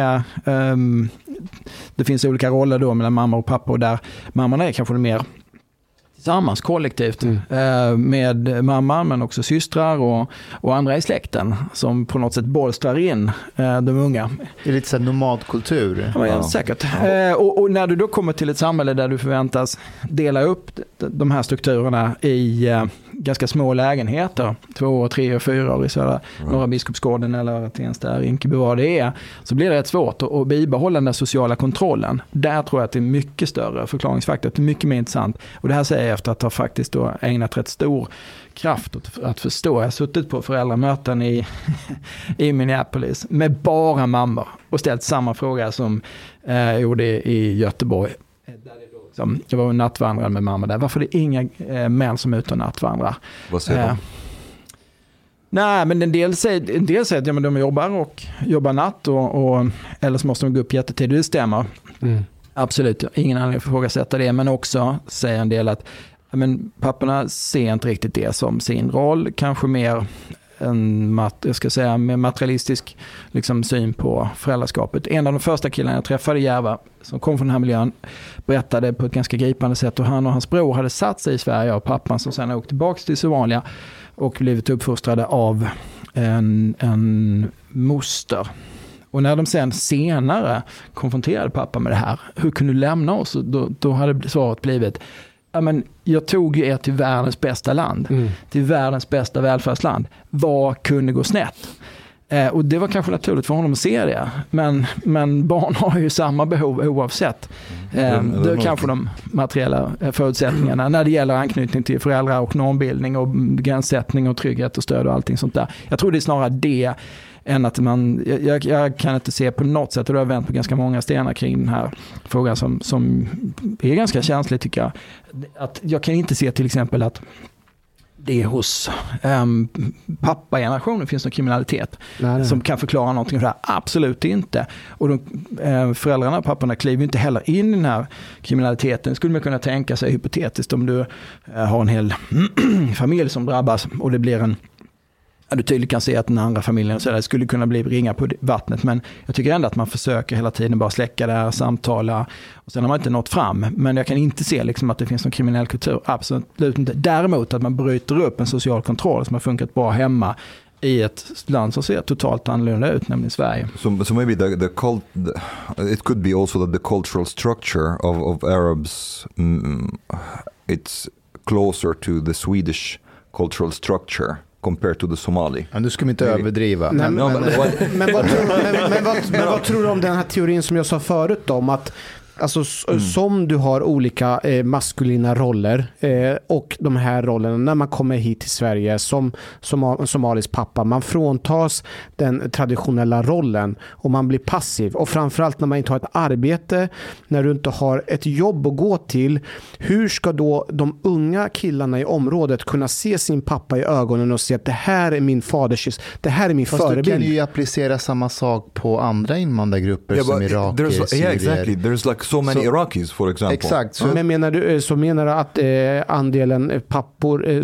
det finns olika roller då mellan mamma och pappa och där mamman är kanske mer tillsammans kollektivt med mamma men också systrar och andra i släkten som på något sätt bolstrar in de unga. Det är lite så här nomadkultur. Ja, säkert. Och när du då kommer till ett samhälle där du förväntas dela upp de här strukturerna i ganska små lägenheter, 2, 3 och 4 år i södra Norra Biskopsgården eller Tensta, Rinkeby, vad det är, så blir det rätt svårt att bibehålla den sociala kontrollen. Där tror jag att det är mycket större förklaringsfaktor, det är mycket mer intressant. Och det här säger jag efter att ha faktiskt då ägnat rätt stor kraft att förstå. Jag har suttit på föräldramöten i Minneapolis med bara mammor och ställt samma fråga som jag gjorde i Göteborg. Jag var nattvandrare med mamma där. Varför är det inga män som är ute och nattvandrar? Vad säger de? Nej, men en del säger att de jobbar natt och eller så måste de gå upp jättetid. Det stämmer. Absolut, ingen anledning att ifrågasätta det. Men också säger en del att papporna ser inte riktigt det som sin roll. Kanske mer med materialistisk syn på föräldraskapet. En av de första killarna jag träffade i Järva som kom från den här miljön berättade på ett ganska gripande sätt hur han och hans bror hade satt sig i Sverige och pappan som sedan åkte tillbaka till Somalia och blivit uppfostrade av en moster. Och när de sen senare konfronterade pappa med det här, hur kunde du lämna oss? Då hade svaret blivit jag tog ju er till världens bästa land. Till världens bästa välfärdsland. Vad kunde gå snett? Och det var kanske naturligt för honom att se det. Men barn har ju samma behov oavsett. Det är kanske de materiella förutsättningarna när det gäller anknytning till föräldrar och normbildning och gränssättning och trygghet och stöd och allting sånt där. Jag tror det är snarare det än att jag kan inte se på något sätt, och det har vänt på ganska många stenar kring den här frågan som är ganska känslig tycker jag. Att jag kan inte se till exempel att det är hos pappa-generationen finns någon kriminalitet som kan förklara någonting för det här. Absolut inte. Och föräldrarna och papporna kliver inte heller in i den här kriminaliteten. Skulle man kunna tänka sig hypotetiskt om du har en hel familj som drabbas och det blir du tydligt kan se att den andra familjen så där skulle kunna bli ringa på vattnet, men jag tycker ändå att man försöker hela tiden bara släcka det här, samtala och sen har man inte nått fram, men jag kan inte se att det finns någon kriminell kultur, absolut inte. Däremot att man bryter upp en social kontroll som har funkat bra hemma i ett land som ser totalt annorlunda ut, nämligen Sverige. So maybe it could be also that the cultural structure of Arabs it's closer to the Swedish cultural structure compared to the Somali. Men du ska inte överdriva. Men vad tror du om den här teorin som jag sa förut om att som du har olika maskulina roller och de här rollerna när man kommer hit till Sverige som somalisk pappa, man fråntas den traditionella rollen och man blir passiv, och framförallt när man inte har ett arbete, när du inte har ett jobb att gå till, hur ska då de unga killarna i området kunna se sin pappa i ögonen och se att det här är min faders, det här är min förebild? Du kan ju applicera samma sak på andra invandrargrupper som iraker, syrier. Yeah, exactly. There's like so many Iraqis, for example. Exakt. Men menar du att andelen pappor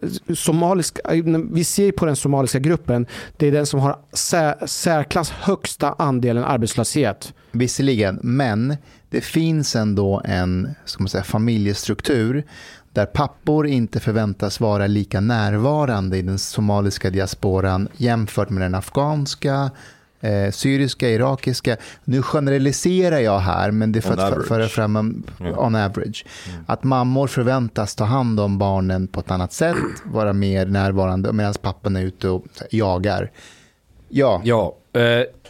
vi ser på den somaliska gruppen, det är den som har särklass högsta andelen arbetslöshet. Visserligen, men det finns ändå en familjestruktur där pappor inte förväntas vara lika närvarande i den somaliska diasporan jämfört med den afghanska, syriska, irakiska. Nu generaliserar jag här, men det är för att föra fram on average. Att mammor förväntas ta hand om barnen på ett annat sätt, vara mer närvarande medan pappan är ute och jagar.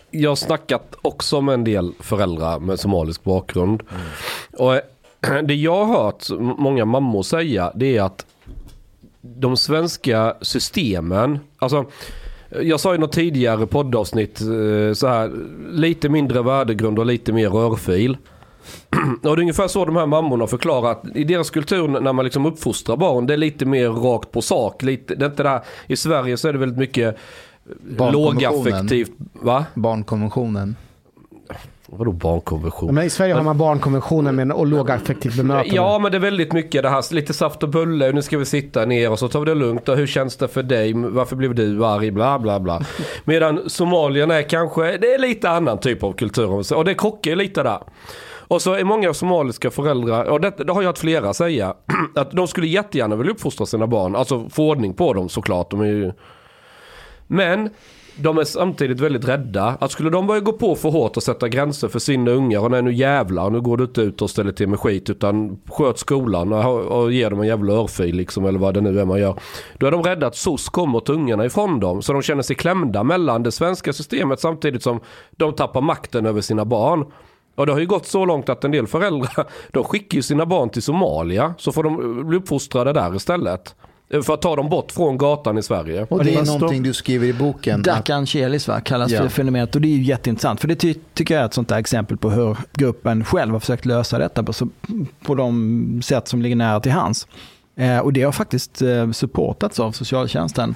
jag har snackat också med en del föräldrar med somalisk bakgrund. Och det jag har hört många mammor säga, det är att de svenska systemen, alltså jag sa i något tidigare poddavsnitt så här, lite mindre värdegrund och lite mer rörfil. Och det är ungefär så de här mammorna förklarar att i deras kultur när man liksom uppfostrar barn, det är lite mer rakt på sak. Lite, det är inte där, i Sverige så är det väldigt mycket lågaffektivt. Va? Barnkonventionen. Vadå barnkonvention? Men i Sverige har man barnkonventionen och lågaffektivt bemötande. Ja, men det är väldigt mycket det här, lite saft och bulle, nu ska vi sitta ner och så tar vi det lugnt och hur känns det för dig, varför blev du arg, bla bla bla. Medan Somalien är kanske, det är lite annan typ av kultur och det krockar lite där. Och så är många somaliska föräldrar, och det har jag hört flera säga, att de skulle jättegärna vilja uppfostra sina barn, alltså få ordning på dem såklart, de är ju... Men de är samtidigt väldigt rädda att skulle de börja gå på för hårt och sätta gränser för sina ungar och nu jävlar, och nu går du inte ut och ställer till med skit utan sköt skolan och ger dem en jävla örfil liksom, eller vad det nu är man gör. Då är de rädda att SOS kommer till ungarna ifrån dem, så de känner sig klämda mellan det svenska systemet samtidigt som de tappar makten över sina barn. Och det har ju gått så långt att en del föräldrar, de skickar ju sina barn till Somalia, så får de bli uppfostrade där istället. För att ta dem bort från gatan i Sverige. Och det är någonting du skriver i boken. Dakan Chelis kallas det fenomenet, och det är ju jätteintressant. För det tycker jag är ett sånt där exempel på hur gruppen själv har försökt lösa detta på de sätt som ligger nära till hands. Och det har faktiskt supportats av socialtjänsten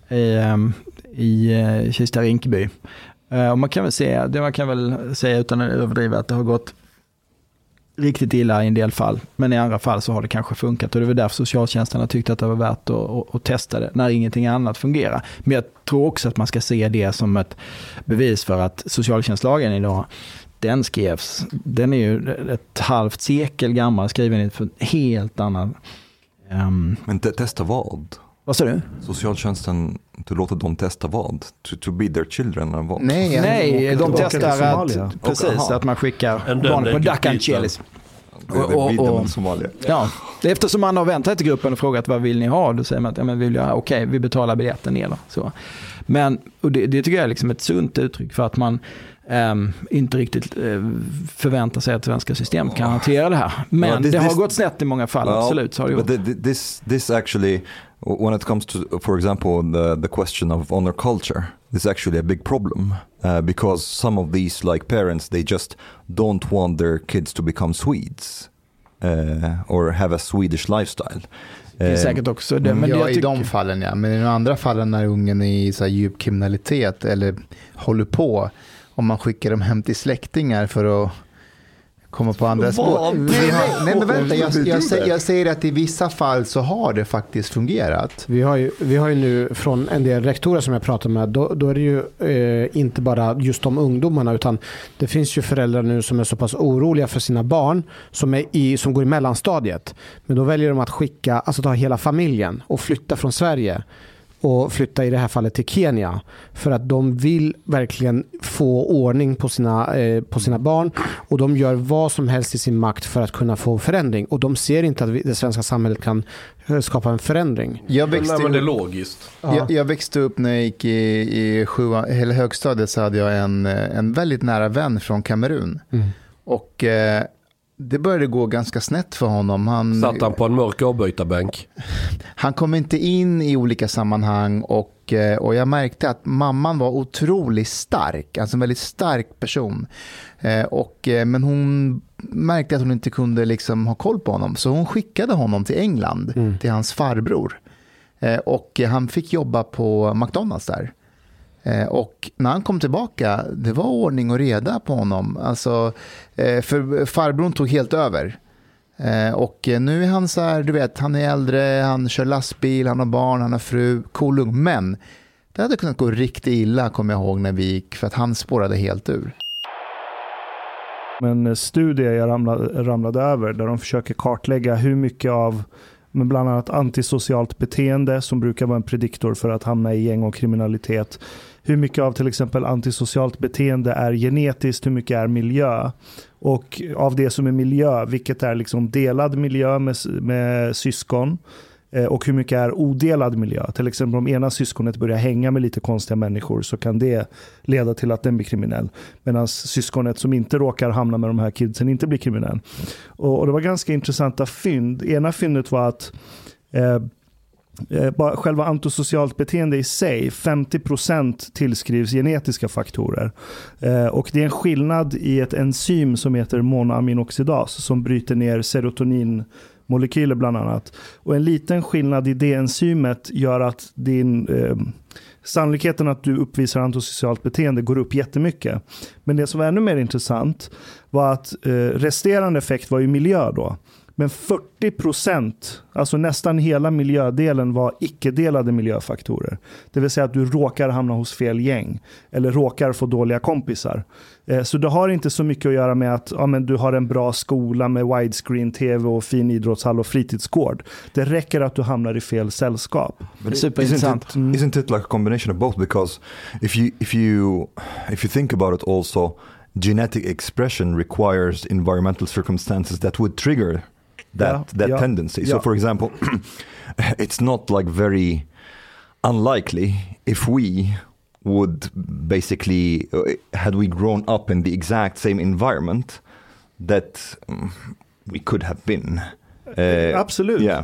i Kista Rinkeby. Och man kan väl säga utan att överdriva att det har gått riktigt illa i en del fall, men i andra fall så har det kanske funkat, och det var därför socialtjänsten har tyckt att det var värt att testa det när ingenting annat fungerar. Men jag tror också att man ska se det som ett bevis för att socialtjänstlagen idag, den är ju ett halvt sekel gammal, skriven för helt annan. Men testa vad? Vad sa du? Socialtjänsten, du låter dem testa vad? To be their children eller vad? Nej, de testar att man skickar barn på Dakan Chelis. Ja, eftersom man har väntat till gruppen och frågat vad vill ni ha, då säger man att okej, vi betalar biljetten ner då. Så. Men och det tycker jag är liksom ett sunt uttryck för att man inte riktigt förväntar sig att svenska system kan hantera det här. Men det har gått snett i många fall, absolut. Så har det gjort. This actually, when it comes to, for example, the question of honor culture, this is actually a big problem because some of these like parents, they just don't want their kids to become Swedes or have a Swedish lifestyle. Det är säkert också det. Men i de fallen, ja. Men i de andra fallen när ungen är i så här djup kriminalitet eller håller på, om man skickar dem hem till släktingar för att komma på andra spår. Nej, men vänta, jag säger att i vissa fall så har det faktiskt fungerat. Vi har ju nu från en del rektorer som jag pratar med, då är det ju inte bara just de ungdomarna, utan det finns ju föräldrar nu som är så pass oroliga för sina barn som går i mellanstadiet. Men då väljer de att ta hela familjen och flytta från Sverige och flytta i det här fallet till Kenya, för att de vill verkligen få ordning på sina barn, och de gör vad som helst i sin makt för att kunna få förändring, och de ser inte att det svenska samhället kan skapa en förändring. Men det är logiskt. Jag växte upp när jag gick i högstadiet, så hade jag en väldigt nära vän från Kamerun. Och det började gå ganska snett för honom. Satt han på en mörk avbytarbänk? Han kom inte in i olika sammanhang, och jag märkte att mamman var otroligt stark, alltså en väldigt stark person. Men hon märkte att hon inte kunde liksom ha koll på honom, så hon skickade honom till England, till hans farbror. Och han fick jobba på McDonald's där. Och när han kom tillbaka, det var ordning och reda på honom. Alltså, för farbrorn tog helt över. Och nu är han så här, du vet, han är äldre, han kör lastbil, han har barn, han har fru, cool ung. Men det hade kunnat gå riktigt illa, kommer jag ihåg, när vi gick, för att han spårade helt ur. Men studier jag ramlade över där de försöker kartlägga hur mycket av, men bland annat antisocialt beteende som brukar vara en prediktor för att hamna i gäng och kriminalitet. Hur mycket av till exempel antisocialt beteende är genetiskt, hur mycket är miljö. Och av det som är miljö, vilket är liksom delad miljö med syskon, och hur mycket är odelad miljö. Till exempel om ena syskonet börjar hänga med lite konstiga människor så kan det leda till att den blir kriminell. Medan syskonet som inte råkar hamna med de här kidsen inte blir kriminell. Och det var ganska intressanta fynd. Ena fyndet var att bara själva antisocialt beteende i sig, 50% tillskrivs genetiska faktorer. Och det är en skillnad i ett enzym som heter monoaminoxidas som bryter ner serotoninmolekyler bland annat. Och en liten skillnad i det enzymet gör att sannolikheten att du uppvisar antisocialt beteende går upp jättemycket. Men det som var ännu mer intressant var att resterande effekt var ju miljö då. Men 40%, alltså nästan hela miljödelen var icke-delade miljöfaktorer. Det vill säga att du råkar hamna hos fel gäng eller råkar få dåliga kompisar. Så det har inte så mycket att göra med att men du har en bra skola med widescreen tv och fin idrottshall och fritidsgård. Det räcker att du hamnar i fel sällskap. Det är superintressant. Isn't it like a combination of both? Because if you think about it also, genetic expression requires environmental circumstances that would trigger that tendency. So for example, it's not like very unlikely if we would basically, had we grown up in the exact same environment that we could have been. Absolut, yeah,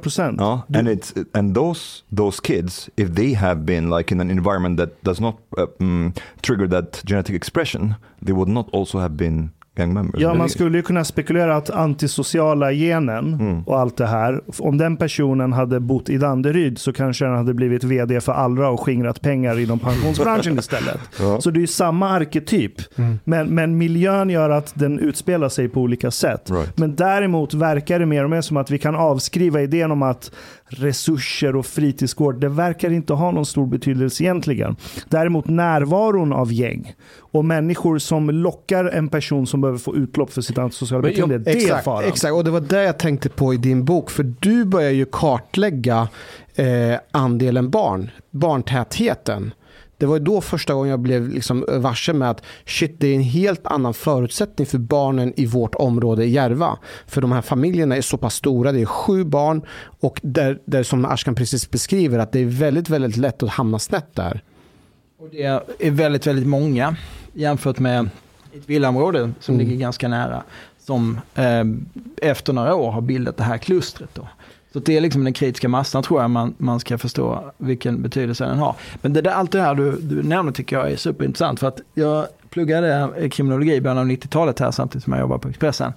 100%. And those kids, if they have been like in an environment that does not trigger that genetic expression, they would not also have been gang members. Ja, man skulle ju kunna spekulera att antisociala genen och allt det här, om den personen hade bott i Danderyd så kanske den hade blivit vd för Allra och skingrat pengar inom pensionsbranschen istället. Ja. Så det är ju samma arketyp. Men miljön gör att den utspelar sig på olika sätt. Right. Men däremot verkar det mer och mer som att vi kan avskriva idén om att resurser och fritidsgård, det verkar inte ha någon stor betydelse egentligen. Däremot närvaron av gäng och människor som lockar en person som behöver få utlopp för sitt antisociala beteende, det är faran. Exakt, och det var det jag tänkte på i din bok, för du börjar ju kartlägga andelen barntätheten. Det var då första gången jag blev liksom varse med att det är en helt annan förutsättning för barnen i vårt område i Järva. För de här familjerna är så pass stora, det är 7 barn och där som Ashkan precis beskriver att det är väldigt, väldigt lätt att hamna snett där. Och det är väldigt, väldigt många jämfört med ett villaområde som ligger ganska nära som efter några år har bildat det här klustret då. Så det är liksom den kritiska massan, tror jag man ska förstå vilken betydelse den har. Men allt det här du nämner tycker jag är superintressant, för att jag pluggade kriminologi i början av 90-talet här samtidigt som jag jobbar på Expressen.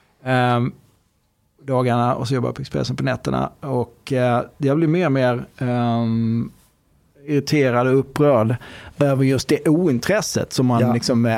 Dagarna, och så jobbar jag på Expressen på nätterna, och jag blir mer och mer irriterad och upprörd över just det ointresset som man liksom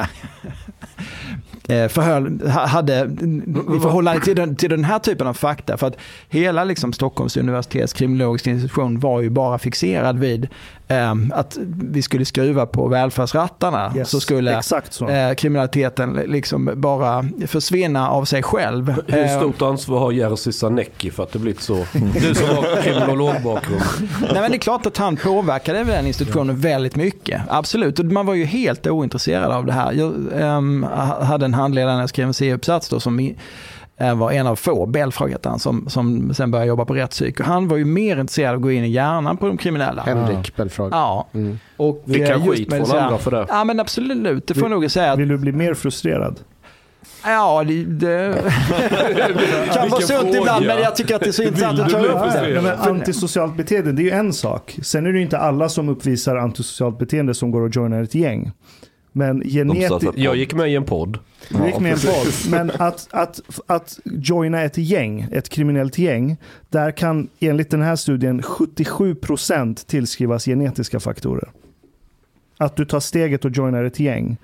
hade i förhållande till den här typen av fakta, för att hela liksom Stockholms universitets kriminologiska institution var ju bara fixerad vid att vi skulle skruva på välfärdsrattarna, så skulle kriminaliteten liksom bara försvinna av sig själv. Hur stort ansvar har Jerzy Sarnecki för att det blivit så? Du som har kriminologbakgrund. Nej, men det är klart att han påverkade den institutionen väldigt mycket. Absolut, och man var ju helt ointresserad av det här. Jag hade en handledare när jag skrev en C-uppsats då, som var en av få, Belfrag som sen började jobba på rättspsyk. Och han var ju mer intresserad av att gå in i hjärnan på de kriminella. Henrik Belfrag. Ja. Och vilka skit från andra för det. Ja, men absolut. Det får nog säga. Vill du bli mer frustrerad? Ja, det kan vara sunt ibland, men jag tycker att det är så intressant att ta upp det. Men antisocialt beteende, det är ju en sak. Sen är det ju inte alla som uppvisar antisocialt beteende som går och joinar ett gäng. Men jag gick med i en podd. Men att joina ett gäng, ett kriminellt gäng, där kan enligt den här studien 77% tillskrivas genetiska faktorer. Att du tar steget och joinar ett gäng.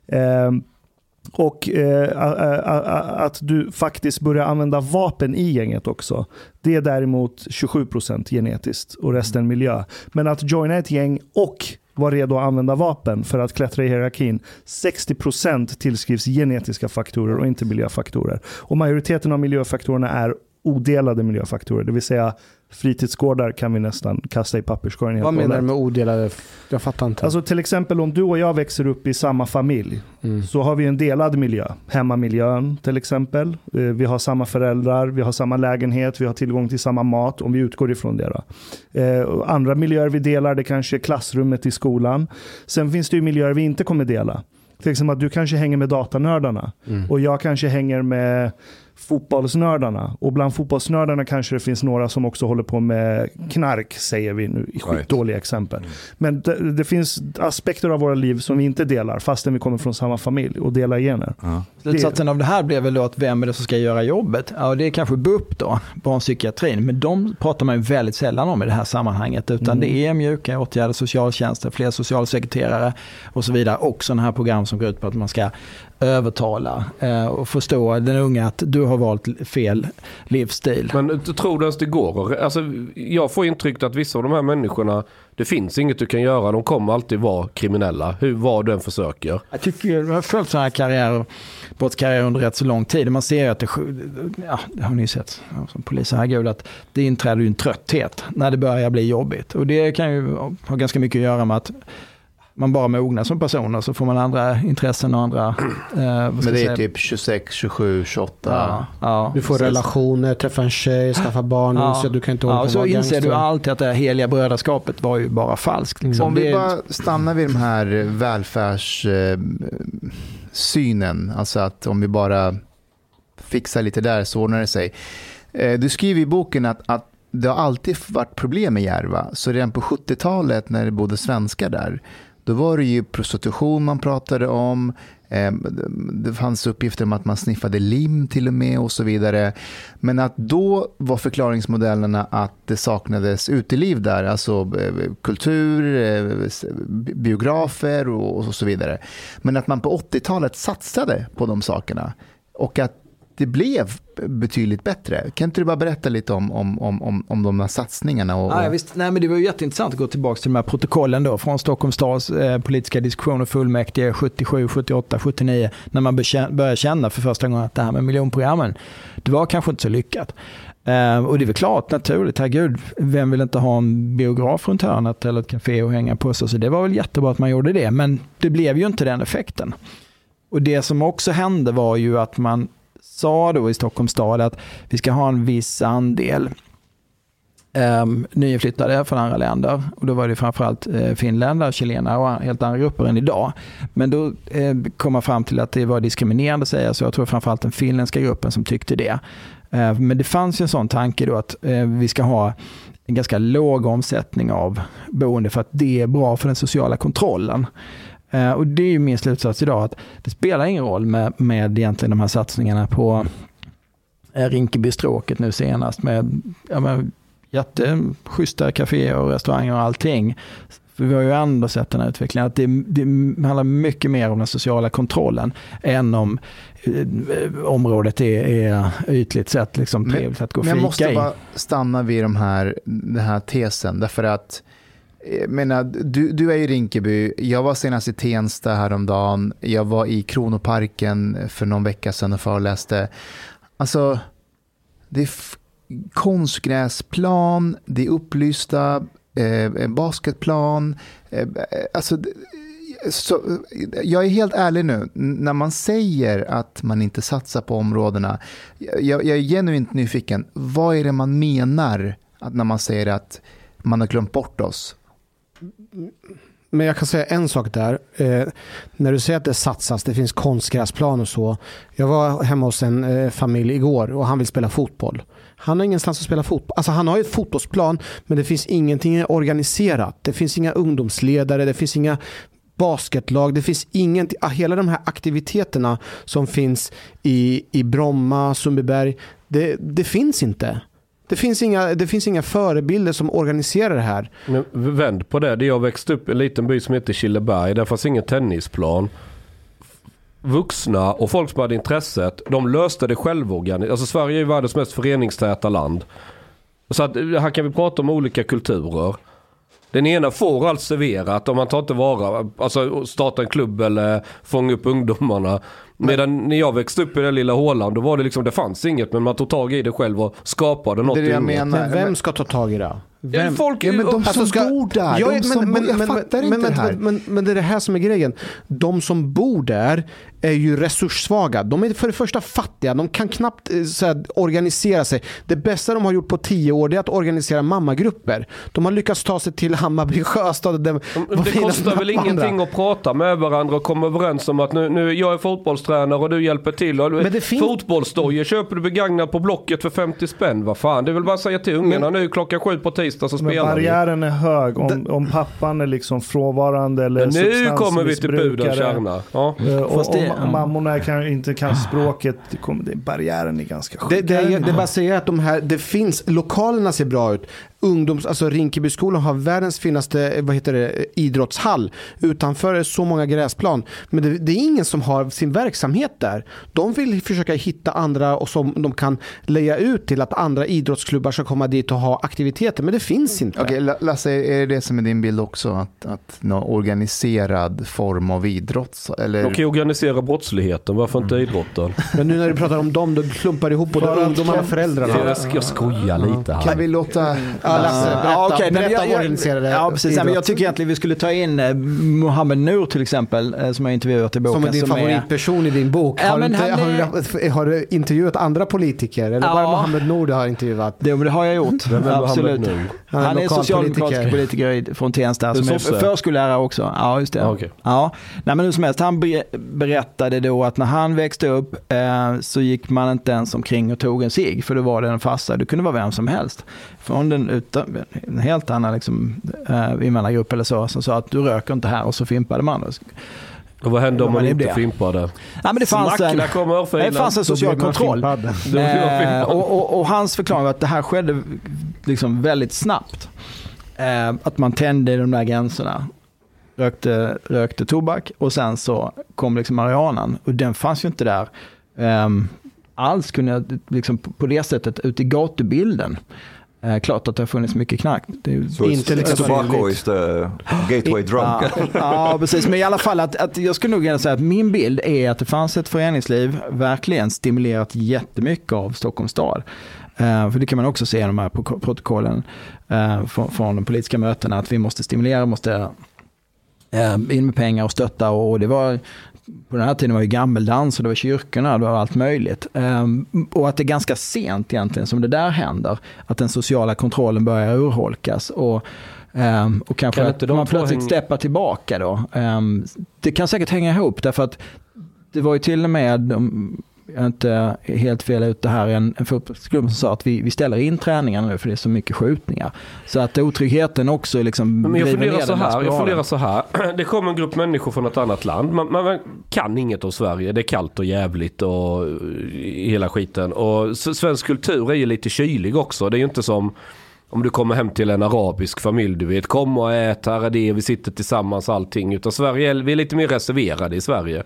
Och att du faktiskt börjar använda vapen i gänget också. Det är däremot 27% genetiskt och resten miljö. Men att joina ett gäng och var redo att använda vapen för att klättra i hierarkin, 60% tillskrivs genetiska faktorer och inte miljöfaktorer. Och majoriteten av miljöfaktorerna är odelade miljöfaktorer, det vill säga Fritidsgårdar kan vi nästan kasta i papperskorgen. Vad menar du med odelade? Jag fattar inte. Alltså till exempel om du och jag växer upp i samma familj så har vi en delad miljö. Hemmamiljön till exempel. Vi har samma föräldrar, vi har samma lägenhet, vi har tillgång till samma mat om vi utgår ifrån det. Andra miljöer vi delar, det kanske är klassrummet i skolan. Sen finns det ju miljöer vi inte kommer dela. Till exempel att du kanske hänger med datanördarna och jag kanske hänger med fotbollsnördarna. Och bland fotbollsnördarna kanske det finns några som också håller på med knark, säger vi nu i skitdåliga exempel. Men det finns aspekter av våra liv som vi inte delar fastän vi kommer från samma familj och delar gener. Slutsatsen av det här blev väl då att vem är det som ska göra jobbet? Ja, det är kanske BUP då, barnpsykiatrin. Men de pratar man ju väldigt sällan om i det här sammanhanget. Utan det är mjuka åtgärder, socialtjänster, fler socialsekreterare och så vidare. Och sådana här program som går ut på att man ska övertala och förstå den unga att du har valt fel livsstil. Men tror du att det går? Alltså, jag får intryck att vissa av de här människorna, det finns inget du kan göra. De kommer alltid vara kriminella. Vad du än försöker. Jag tycker jag har följt sådana här brottskarriär under rätt så lång tid. Man ser ju att det har ni sett som poliser, herregud, att det inträder ju en trötthet när det börjar bli jobbigt. Och det kan ju ha ganska mycket att göra med att man bara mognar som person och så får man andra intressen och andra... Men det är typ 26, 27, 28. Ja, du får relationer, träffa en tjej, skaffa barn. Så du kan inte hålla på så inser du alltid att det här heliga brödraskapet var ju bara falskt. Liksom. Om vi bara stannar vid de här välfärdssynen, alltså att om vi bara fixar lite där så ordnar det sig. Du skriver i boken att det har alltid varit problem med Järva. Så redan på 70-talet när det bodde svenskar där, då var det ju prostitution man pratade om. Det fanns uppgifter om att man sniffade lim till och med och så vidare. Men att då var förklaringsmodellerna att det saknades uteliv där. Alltså kultur, biografer och så vidare. Men att man på 80-talet satsade på de sakerna. Och att det blev betydligt bättre. Kan inte du bara berätta lite om de här satsningarna? Ja, visst. Nej, men det var ju jätteintressant att gå tillbaka till de här protokollen då, från Stockholms stads politiska diskussioner fullmäktige 77, 78, 79, när man började känna för första gången att det här med miljonprogrammen, det var kanske inte så lyckat. Och det är väl klart, naturligt, herregud, vem vill inte ha en biograf runt hörnet eller ett café och hänga på sig? Så det var väl jättebra att man gjorde det, men det blev ju inte den effekten. Och det som också hände var ju att man sa då i Stockholms stad att vi ska ha en viss andel nyinflyttade från andra länder. Och då var det framförallt finländare, chilenare och helt andra grupper än idag. Men då kom man fram till att det var diskriminerande, säger jag. Så jag tror framförallt den finländska gruppen som tyckte det. Men det fanns ju en sån tanke då att vi ska ha en ganska låg omsättning av boende för att det är bra för den sociala kontrollen. Och det är ju min slutsats idag, att det spelar ingen roll med egentligen de här satsningarna på Rinkebystråket nu senast med jätteschyssta kaféer och restauranger och allting. För vi har ju ändå sett den här utvecklingen att det handlar mycket mer om den sociala kontrollen än om området är ytligt sett liksom trevligt att gå och fika i. Men jag måste bara stanna vid den här tesen, därför att du är i Rinkeby. Jag var senast i Tensta häromdagen. Jag var i Kronoparken för någon vecka sedan och föreläste. Alltså, det är konstgräsplan, det är upplysta basketplan. Alltså, så, jag är helt ärlig nu. När man säger att man inte satsar på områdena, jag är genuint nyfiken. Vad är det man menar när man säger att man har glömt bort oss? Men jag kan säga en sak där. När du säger att det satsas, det finns konstgräsplan och så. Jag var hemma hos en familj igår och han vill spela fotboll. Han har ingenstans att spela fotboll. Alltså han har ju ett fotbollsplan, men det finns ingenting organiserat. Det finns inga ungdomsledare, det finns inga basketlag, det finns ingenting. Hela de här aktiviteterna som finns i Bromma, Sundbyberg, det finns inte. Det finns inga förebilder som organiserar det här. Men vänd på det. Jag växte upp i en liten by som heter Killeberg. Där fanns ingen tennisplan. Vuxna och folk som hade intresset, de löste det självorganiskt. Alltså Sverige är ju världens mest föreningstäta land. Så att här kan vi prata om olika kulturer. Den ena får allt serverat om man tar inte vara, alltså starta en klubb eller fånga upp ungdomarna. Medan när jag växte upp i den lilla hålan, då var det liksom, det fanns inget, men man tog tag i det själv och skapade något. Det jag menar. Men vem ska ta tag i det? Vem? Folk, men de som bor där. Jag fattar inte det här. Men det är det här som är grejen. De som bor där är ju resurssvaga. De är för det första fattiga. De kan knappt organisera sig. Det bästa de har gjort på 10 år är att organisera mammagrupper. De har lyckats ta sig till Hammarby Sjöstad. Det kostar väl ingenting att prata med varandra och komma överens om att nu jag är fotbollstränare och du hjälper till. Fotbollsdojer köper du begagnat på Blocket för 50 spänn. Vad fan, det är väl bara att säga till ungarna nu klockan 7 på tisdag. Men barriären är hög om pappan är liksom frånvarande eller nu kommer vi till pudens kärna. Ja. Om mammorna inte kan språket, barriären är ganska sjuk. Det bara säger att det finns, lokalerna ser bra ut. Alltså Rinkebyskolan har världens finaste idrottshall. Utanför är så många gräsplan. Men det är ingen som har sin verksamhet där. De vill försöka hitta andra och som de kan leja ut till att andra idrottsklubbar ska komma dit och ha aktiviteter. Men det finns inte. Okej, Lasse, är det som är din bild också? Att någon organiserad form av idrott? Eller? De kan organisera brottsligheten, varför inte idrotten? Men nu när du pratar om dem, då klumpar ihop både ungdomarna och föräldrarna. Jag skojar lite här. Kan vi låta... Jag tycker egentligen vi skulle ta in Mohammed Nour till exempel, som jag intervjuat i boken. Som är din favoritperson i din bok. Har du intervjuat andra politiker? Eller bara Mohammed Nour du har intervjuat? Det har jag gjort, absolut. Han är socialdemokratisk politiker från Tensta som är förskollärare också. Ja, just det. Okay. Ja. Nej, men hur som helst, han berättade då att när han växte upp så gick man inte ens omkring och tog en cigg, för det var den fasta. Det kunde vara vem som helst. Från en helt annan invandrargrupp eller så, som sa att du röker inte här, och så fimpade man. Och vad hände om man inte fimpade? Ja, men det fanns en social kontroll. Och hans förklaring var att det här skedde liksom väldigt snabbt. Att man tände de där gränserna. Rökte tobak, och sen så kom liksom marijuanan, och den fanns ju inte där alls, kunde liksom på det sättet ut i gatubilden. Klart att det har funnits mycket knark. Det är så inte liksom tobacco is the gateway drug. Ja, precis. Men i alla fall att jag skulle nog gärna säga att min bild är att det fanns ett föreningsliv verkligen stimulerat jättemycket av Stockholms stad. För det kan man också se i de här protokollen från de politiska mötena, att vi måste stimulera, måste in med pengar och stötta, och det var på den här tiden var ju gammeldans och det var kyrkorna, det var allt möjligt. Och att det är ganska sent egentligen som det där händer, att den sociala kontrollen börjar urholkas och kanske att man plötsligt steppar tillbaka då. Det kan säkert hänga ihop, därför att det var ju till och med jag är inte helt fel ut det här, en fotbollsklubb som sa att vi ställer in träningarna nu för det är så mycket skjutningar. Så att otryggheten också liksom... Men jag funderar så här. Det kommer en grupp människor från ett annat land. Man kan inget om Sverige. Det är kallt och jävligt och hela skiten. Och svensk kultur är ju lite kylig också. Det är ju inte som om du kommer hem till en arabisk familj, du vet, kom och ät, här är det, vi sitter tillsammans allting. Utan Sverige, vi är lite mer reserverade i Sverige.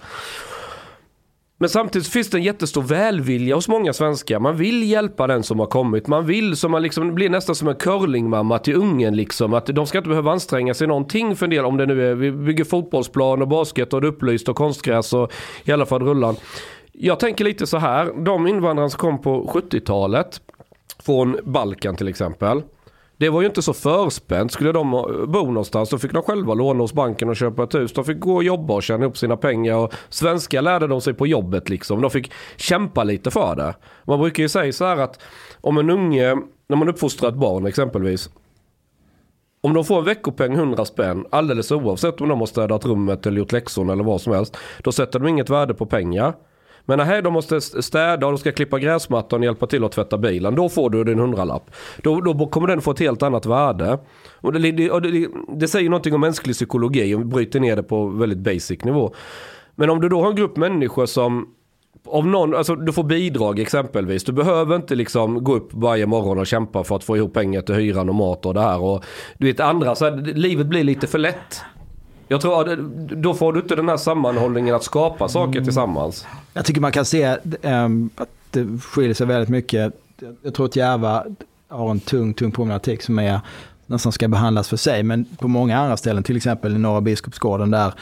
Men samtidigt finns det en jättestor välvilja hos många svenskar. Man vill hjälpa den som har kommit. Man vill, som man liksom blir nästan som en curlingmamma till ungen liksom. Att de ska inte behöva anstränga sig någonting för en del. Om det nu är, vi bygger fotbollsplan och basket och upplyst och konstgräs och i alla fall rullan. Jag tänker lite så här. De invandrare som kom på 70-talet från Balkan till exempel. Det var ju inte så förspänt. Skulle de bo någonstans så fick de själva låna hos banken och köpa ett hus. De fick gå och jobba och tjäna upp sina pengar. Och svenska lärde de sig på jobbet liksom. De fick kämpa lite för det. Man brukar ju säga så här att om en unge, när man uppfostrar ett barn exempelvis, om de får en veckopeng 100 spänn, alldeles oavsett om de har städat rummet eller gjort läxorna eller vad som helst, då sätter de inget värde på pengar. Men här de måste städa och de ska klippa gräsmattan och hjälpa till att tvätta bilen. Då får du din 100-lapp. Då kommer den få ett helt annat värde. Och det säger någonting om mänsklig psykologi och bryter ner det på väldigt basic nivå. Men om du då har en grupp människor som av någon, alltså du får bidrag exempelvis. Du behöver inte liksom gå upp varje morgon och kämpa för att få ihop pengar till hyran och mat och det här. Och du vet andra, så här, livet blir lite för lätt. Jag tror att då får du inte den här sammanhållningen att skapa saker tillsammans. Jag tycker man kan se att det skiljer sig väldigt mycket. Jag tror att Järva har en tung problematik som är nästan ska behandlas för sig. Men på många andra ställen, till exempel i Norra Biskopsgården där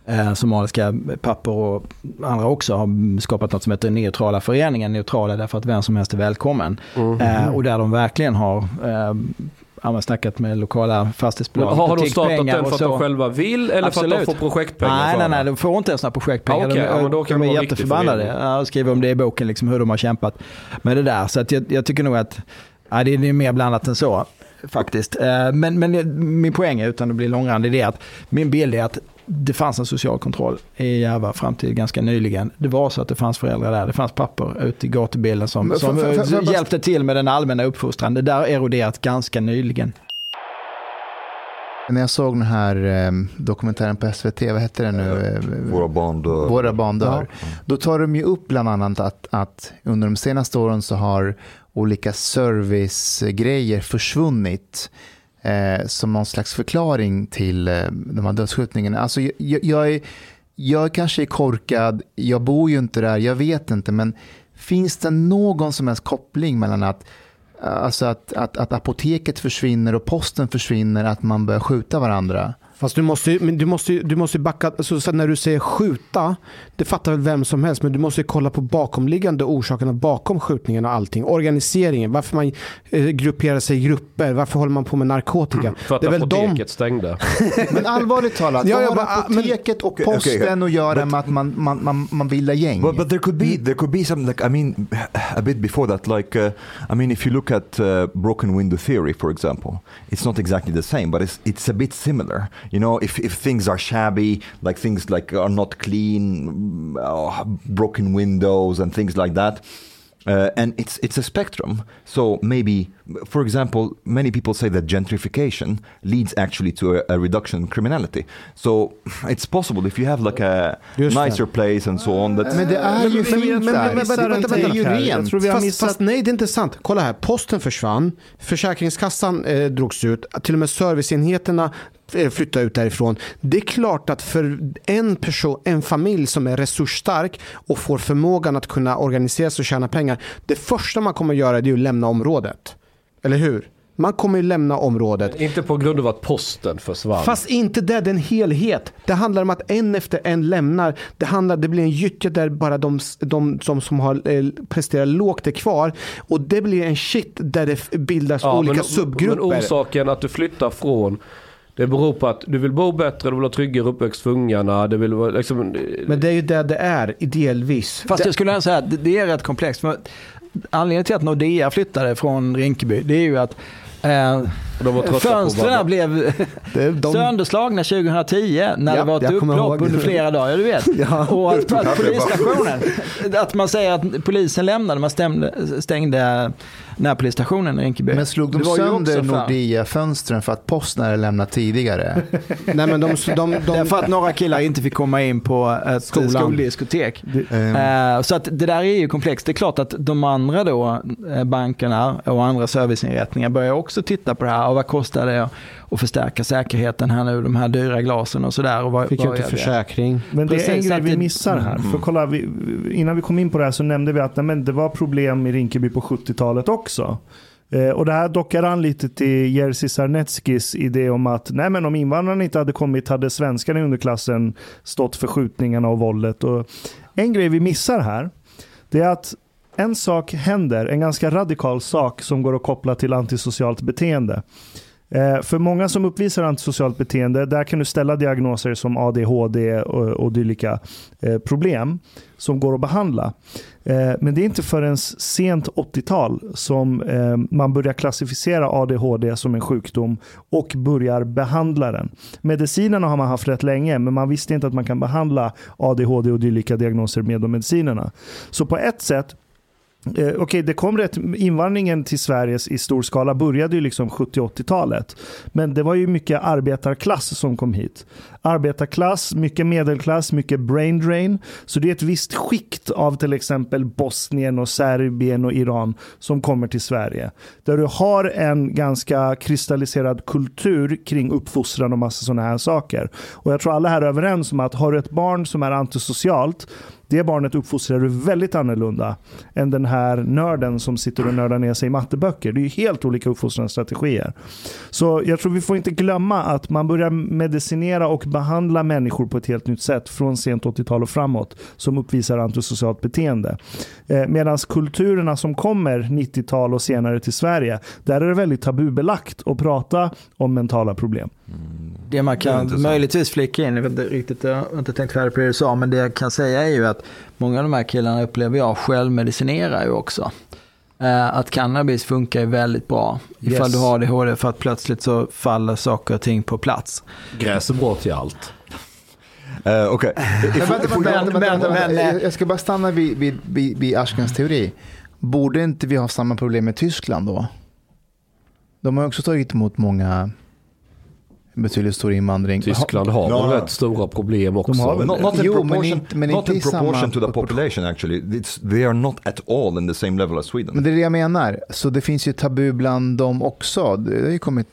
somaliska pappor och andra också har skapat något som heter neutrala föreningen. Neutrala därför att vem som helst är välkommen. Och där de verkligen har snackat med lokala fastighetsbolag. Har de startat den för att de själva vill eller för att de får projektpengar? Nej, de får inte ens några projektpengar. De är jätteförbannade. Skriver om det i boken, liksom, hur de har kämpat med det där. Så att jag tycker nog att det är mer blandat än så faktiskt. Men min poäng är, utan att bli långrandig, det är att min bild är att det fanns en social kontroll i Järva fram till ganska nyligen. Det var så att det fanns föräldrar där. Det fanns pappor ute i gatubilden som hjälpte till med den allmänna uppfostran. Det där har eroderat ganska nyligen. När jag såg den här dokumentären på SVT, vad heter den nu? Våra barn dör. Ja. Då tar de ju upp bland annat att under de senaste åren så har olika servicegrejer försvunnit som någon slags förklaring till de här dödsskjutningarna. Alltså jag kanske är korkad, jag bor ju inte där, jag vet inte, men finns det någon som helst koppling mellan att apoteket försvinner och posten försvinner, att man börjar skjuta varandra? Fast du måste backa, så när du säger skjuta, det fattar väl vem som helst, men du måste kolla på bakomliggande orsakerna bakom skjutningen och allting. Organiseringen, varför man grupperar sig i grupper, varför håller man på med narkotika? För att det är väl apoteket stängde. Men allvarligt talat, vad har apoteket och posten att göra med att man bildar gäng? But there could be something like, I mean, a bit before that, like, I mean, if you look at broken window theory, for example, it's not exactly the same, but it's a bit similar. You know, if things are shabby, like things like are not clean, broken windows and things like that, and it's a spectrum. So maybe, for example, many people say that gentrification leads actually to a reduction in criminality. So it's possible if you have like a nicer place and so on. That men det är ju fint där. Det är ju rent. Fast nej, det är inte sant. Kolla här, posten försvann, Försäkringskassan drogs ut, till och med serviceenheterna flytta ut därifrån. Det är klart att för en familj som är resursstark och får förmågan att kunna organisera sig och tjäna pengar, det första man kommer göra är att lämna området. Eller hur? Man kommer ju lämna området. Inte på grund av att posten försvann. Fast inte det är en helhet. Det handlar om att en efter en lämnar. Det blir en gyttja där bara de som har presterat lågt är kvar. Och det blir en shit där det bildas olika subgrupper. Men orsaken att du flyttar från, det beror på att du vill bo bättre, du vill ha tryggare uppväxt för ungarna. Det vill vara, liksom... Men det är ju det är, delvis. Fast jag skulle säga att det är rätt komplext. För anledningen till att Nordea flyttade från Rinkeby, det är ju att fönstren blev sönderslagna 2010 när det var ett upplopp under flera dagar, du vet. Och att polisstationen, att man säger att polisen lämnade, man stängde närpolisstationen i Rinkeby. Men slog de sönder Nordea-fönstren för att posten hade lämnat tidigare? Nej, men därför att några killar inte fick komma in på ett skoldiskotek. Så att det där är ju komplext. Det är klart att de andra då, bankerna och andra serviceinrättningar börjar också titta på det här. Och vad kostar det att förstärka säkerheten här nu, de här dyra glasen och sådär. Och fick ju inte försäkring. Men det är en grej vi missar här. För kolla, innan vi kom in på det här så nämnde vi att det var problem i Rinkeby på 70-talet också. Och det här dockar an lite till Jerzy Sarneckis idé om att om invandrarna inte hade kommit hade svenskarna i underklassen stått för skjutningarna och våldet. Och en grej vi missar här, det är att en sak händer, en ganska radikal sak som går att koppla till antisocialt beteende. För många som uppvisar antisocialt beteende, där kan du ställa diagnoser som ADHD och dylika problem som går att behandla. Men det är inte förrän sent 80-tal som man börjar klassificera ADHD som en sjukdom och börjar behandla den. Medicinerna har man haft rätt länge, men man visste inte att man kan behandla ADHD och dylika diagnoser med de medicinerna. Så på ett sätt, det kom invandringen till Sverige i stor skala började ju liksom 70-80-talet. Men det var ju mycket arbetarklass som kom hit. Arbetarklass, mycket medelklass, mycket brain drain. Så det är ett visst skikt av till exempel Bosnien och Serbien och Iran som kommer till Sverige. Där du har en ganska kristalliserad kultur kring uppfostran och massa sådana här saker. Och jag tror alla här är överens om att har du ett barn som är antisocialt, Det barnet uppfostrar du väldigt annorlunda än den här nörden som sitter och nördar ner sig i matteböcker. Det är ju helt olika uppfostransstrategier. Så jag tror vi får inte glömma att man börjar medicinera och behandla människor på ett helt nytt sätt från sent 80-tal och framåt som uppvisar antisocialt beteende. Medan kulturerna som kommer 90-tal och senare till Sverige, där är det väldigt tabubelagt att prata om mentala problem. Det man kan möjligtvis flika in, jag vet inte riktigt, jag har inte tänkt färdigt på det du sa, men det jag kan säga är ju att många av de här killarna upplever jag självmedicinerar ju också. Att cannabis funkar ju väldigt bra ifall du har ADHD, för att plötsligt så faller saker och ting på plats. Gräs är bra till allt. Okej. Jag ska bara stanna vid Ashkens teori. Borde inte vi ha samma problem med Tyskland då? De har också tagit emot många betydligt stor invandring. Tyskland har rätt stora problem också. Not in proportion to the population actually. They are not at all in the same level as Sweden. Men det är det jag menar. Så det finns ju tabu bland dem också. Det har ju kommit.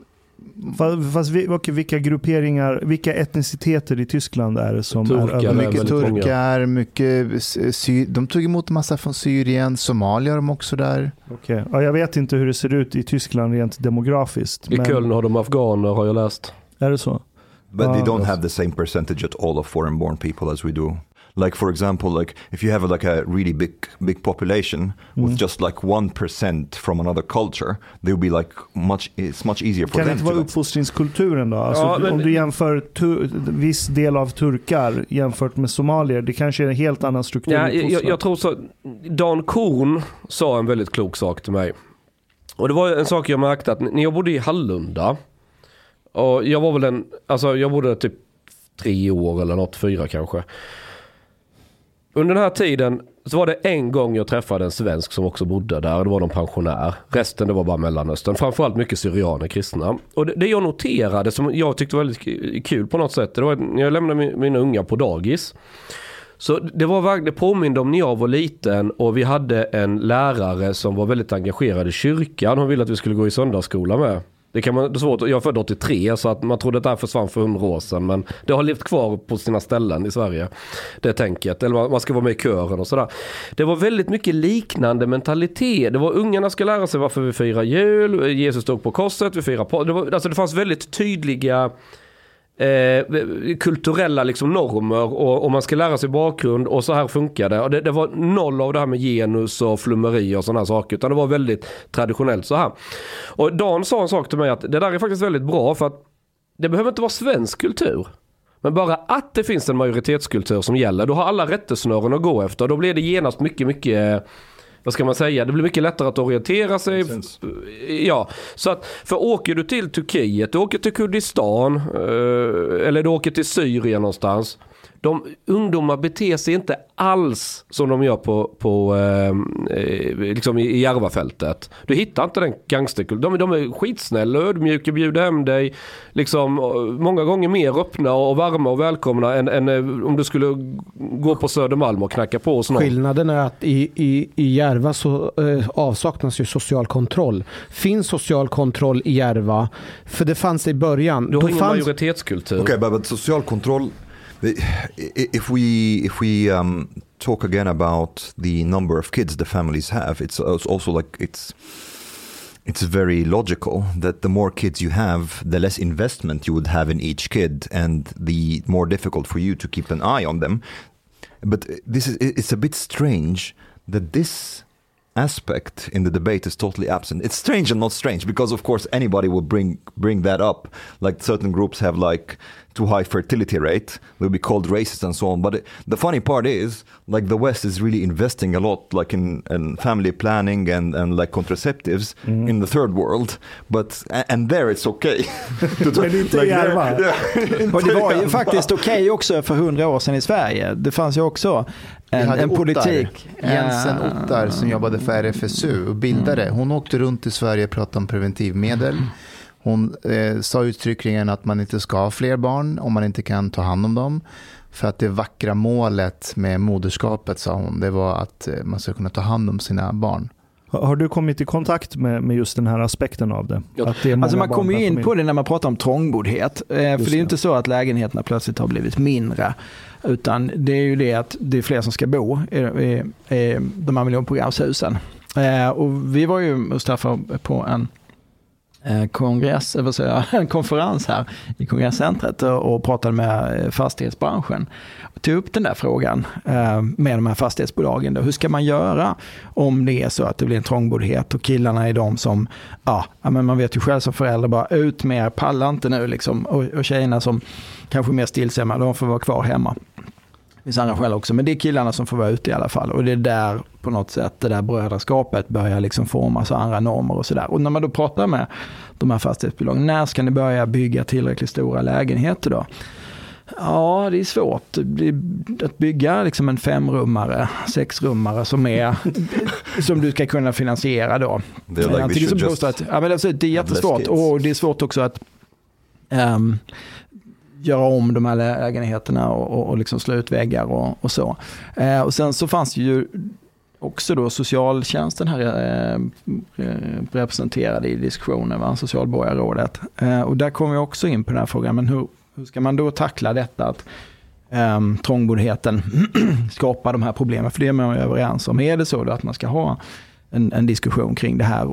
Fast vilka grupperingar, vilka etniciteter i Tyskland är det som är mycket turkar, mycket de tog emot en massa från Syrien, Somalia har de också där. Okej. Ja, jag vet inte hur det ser ut i Tyskland rent demografiskt. I Köln har de afghaner, har jag läst. Är det så? But they don't have the same percentage at all of foreign born people as we do. Like for example, like if you have like a really big population with just like 1% from another culture, they'll be like it's much easier for them. Kan det inte vara uppfostringskulturen då? Alltså, om du jämför viss del av turkar jämfört med somalier, det kanske är en helt annan struktur. Ja, jag tror så. Dan Korn sa en väldigt klok sak till mig. Och det var en sak jag märkte att när jag bodde i Hallunda, och jag var väl jag bodde typ 3 år eller något, 4 kanske. Under den här tiden så var det en gång jag träffade en svensk som också bodde där. Det var någon pensionär. Resten det var bara Mellanöstern. Framförallt mycket syrianer, kristna. Och det jag noterade som jag tyckte var väldigt kul på något sätt, det var när jag lämnade mina unga på dagis. Så det påminde om när jag var liten och vi hade en lärare som var väldigt engagerad i kyrkan. Hon ville att vi skulle gå i söndagsskola med. Det är svårt. Jag är född 83 så att man trodde att det här försvann för 100 år sedan, men det har levt kvar på sina ställen i Sverige. Det tänket. Eller man ska vara med i kören och sådär. Det var väldigt mycket liknande mentalitet. Det var ungarna ska lära sig varför vi firar jul. Jesus stod på korset, vi firar det fanns väldigt tydliga kulturella liksom normer och man ska lära sig bakgrund och så här funkar det. Och det var noll av det här med genus och flummeri och sådana här saker, utan det var väldigt traditionellt så här. Och Dan sa en sak till mig att det där är faktiskt väldigt bra, för att det behöver inte vara svensk kultur. Men bara att det finns en majoritetskultur som gäller, då har alla rättesnören att gå efter. Då blir det genast mycket vad ska man säga? Det blir mycket lättare att orientera sig. Ja, så att för åker du till Turkiet, du åker till Kurdistan eller du åker till Syrien någonstans. De ungdomar beter sig inte alls som de gör på liksom i Järvafältet. Du hittar inte den gangsterkulturen. De är skitsnälla, ödmjuka, bjuder hem dig liksom många gånger mer öppna och varma och välkomna än om du skulle gå på Södermalm och knacka på oss någon. Skillnaden är att i Järva så avsaknas ju social kontroll. Finns social kontroll i Järva? För det fanns i början. Du har ingen majoritetskultur. Okej, men social kontroll. If we talk again about the number of kids the families have, it's also like it's very logical that the more kids you have, the less investment you would have in each kid, and the more difficult for you to keep an eye on them. But it's a bit strange that this aspect in the debate is totally absent. It's strange and not strange, because of course anybody will bring that up. Like certain groups have like too high fertility rate, will be called racist and so on. But the funny part is, like, the West is really investing a lot, like in family planning and like contraceptives in the third world. And there it's okay. Men inte i Järva. Och det var ju faktiskt okej också för 100 år sedan i Sverige. Det fanns ju också en politik. Jensen Ottar som jobbade för RFSU och bildade. Hon åkte runt i Sverige och pratade om preventivmedel. Hon sa uttryckligen att man inte ska ha fler barn om man inte kan ta hand om dem. För att det vackra målet med moderskapet, sa hon, det var att man ska kunna ta hand om sina barn. Har du kommit i kontakt med just den här aspekten av det? Att det är alltså man kommer ju in på det när man pratar om trångboddhet. För det är ju inte så att lägenheterna plötsligt har blivit mindre. Utan det är ju det att det är fler som ska bo i de här miljonprogramshusen. Och vi var ju, Mustafa, på en konferens här i kongresscentret och pratade med fastighetsbranschen och tog upp den där frågan med de här fastighetsbolagen då. Hur ska man göra om det är så att det blir en trångboddhet och killarna är de som men man vet ju själv som förälder bara ut med pallar inte nu liksom, och tjejerna som kanske är mer stillsamma, de får vara kvar hemma. Det finns andra skäl också, men det är killarna som får vara ute i alla fall. Och det är där på något sätt det där brödraskapet börjar liksom formas och andra normer och sådär. Och när man då pratar med de här fastighetsbolagen, när ska ni börja bygga tillräckligt stora lägenheter då? Ja, det är svårt att bygga liksom en 5-rummare, 6-rummare som du ska kunna finansiera då. Det är jättesvårt. Och det är svårt också att göra om de här lägenheterna och liksom slå ut väggar och så. Och sen så fanns ju också då socialtjänsten här representerade i diskussionen, socialborgarrådet. Och där kom vi också in på den här frågan, men hur ska man då tackla detta att trångboddheten skapar de här problemen? För det är man ju överens om. Är det så då att man ska ha en diskussion kring det här?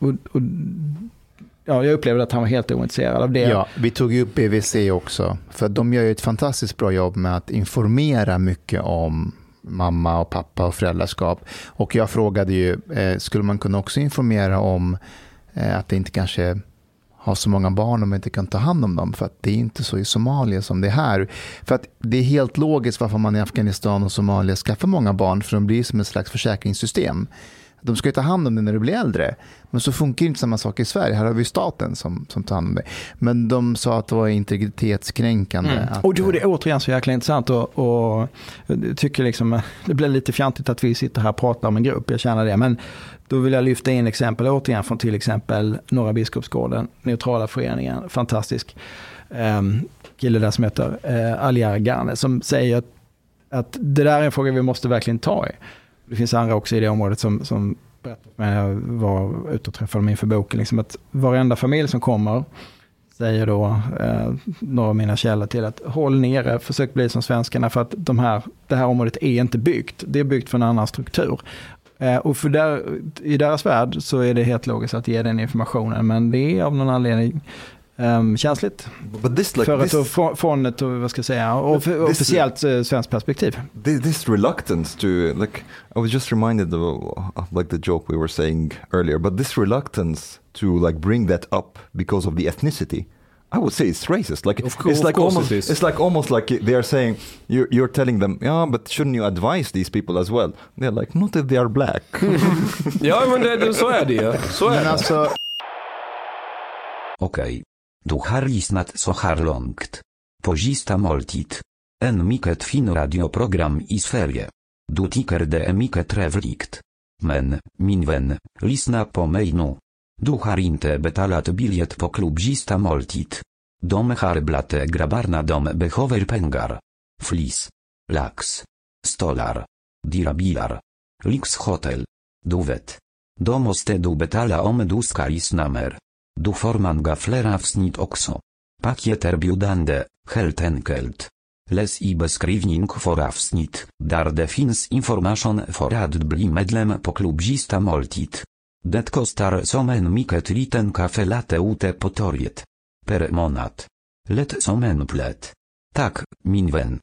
Ja, jag upplevde att han var helt ointresserad av det. Ja, vi tog ju upp BVC också. För de gör ju ett fantastiskt bra jobb med att informera mycket om mamma och pappa och föräldraskap. Och jag frågade ju, skulle man kunna också informera om att det inte kanske har så många barn om man inte kan ta hand om dem? För att det är inte så i Somalia som det är här. För att det är helt logiskt varför man i Afghanistan och Somalia skaffar många barn. För de blir som ett slags försäkringssystem. De ska ju ta hand om det när du blir äldre. Men så funkar inte samma sak i Sverige. Här har vi staten som tar hand om det. Men de sa att det var integritetskränkande. Och då är det återigen så jäkla intressant. Och jag tycker liksom, det blir lite fjantigt att vi sitter här och pratar om en grupp. Jag känner det. Men då vill jag lyfta in exempel återigen från till exempel Norra Biskopsgården. Neutrala föreningen. Fantastisk kille där som heter Aliar Garne. Som säger att det där är en fråga vi måste verkligen ta i. Det finns andra också i det området som berättar när jag var ute och träffade mig inför boken. Liksom att varenda familj som kommer säger då några av mina källor till att håll nere, försök bli som svenskarna för att det här området är inte byggt. Det är byggt för en annan struktur. Och för i deras värld så är det helt logiskt att ge den informationen. Men det är av någon anledning känsligt för att från ett, vad ska jag säga, officiellt svenskt perspektiv. This reluctance to, like, I was just reminded of like the joke we were saying earlier, but this reluctance to like bring that up because of the ethnicity, I would say it's racist. Like it's like almost like they are saying you're telling them, yeah, but shouldn't you advise these people as well? They're like, not if they are black. Ja, men så är det. Så är det. Alltså... Okej. Du har lyssnat så här långt. På sista måltid. En mycket fin radioprogram i Sverige. Du tycker det är mycket trevligt. Men, min vän, lyssna på mig nu. Du har inte betalat biljett på klubb sista måltid. De har blate grabbarna de behöver pengar. Flis. Lax. Stolar. Dirabilar. Lyxhotel. Du vet. De måste du betala om du ska lyssna mer. Du får många fler avsnitt också. Paket erbjudande, helt enkelt. Läs i beskrivning för avsnitt, där det finns information för att bli medlem på klubb sista måltid. Det kostar som en mycket liten kaffe latte ute på torget. Per månad. Lätt som en plätt. Tack, min vän.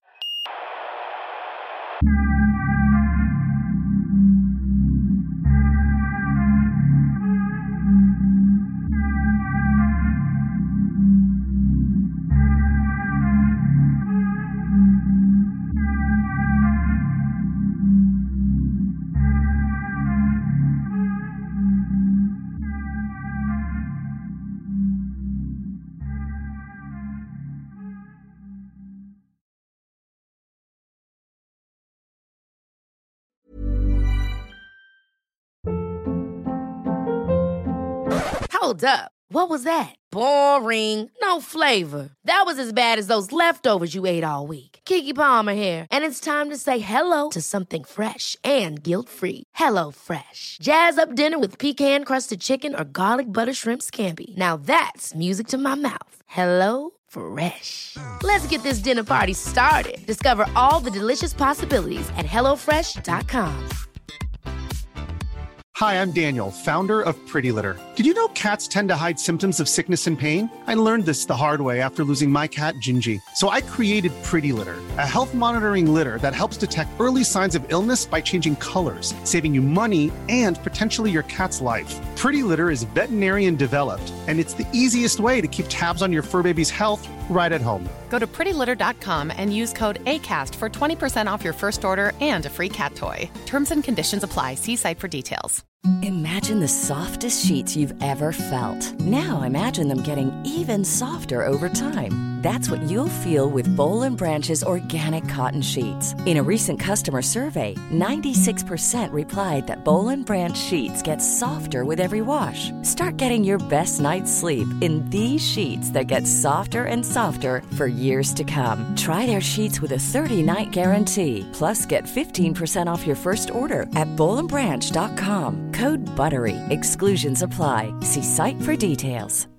Hold up. What was that? Boring. No flavor. That was as bad as those leftovers you ate all week. Keke Palmer here, and it's time to say hello to something fresh and guilt-free. Hello Fresh. Jazz up dinner with pecan-crusted chicken or garlic butter shrimp scampi. Now that's music to my mouth. Hello Fresh. Let's get this dinner party started. Discover all the delicious possibilities at hellofresh.com. Hi, I'm Daniel, founder of Pretty Litter. Did you know cats tend to hide symptoms of sickness and pain? I learned this the hard way after losing my cat, Gingy. So I created Pretty Litter, a health monitoring litter that helps detect early signs of illness by changing colors, saving you money and potentially your cat's life. Pretty Litter is veterinarian developed, and it's the easiest way to keep tabs on your fur baby's health right at home. Go to prettylitter.com and use code ACAST for 20% off your first order and a free cat toy. Terms and conditions apply. See site for details. Imagine the softest sheets you've ever felt. Now imagine them getting even softer over time. That's what you'll feel with Boll & Branch's organic cotton sheets. In a recent customer survey, 96% replied that Boll & Branch sheets get softer with every wash. Start getting your best night's sleep in these sheets that get softer and softer for years to come. Try their sheets with a 30-night guarantee. Plus, get 15% off your first order at bollandbranch.com. Code BUTTERY. Exclusions apply. See site for details.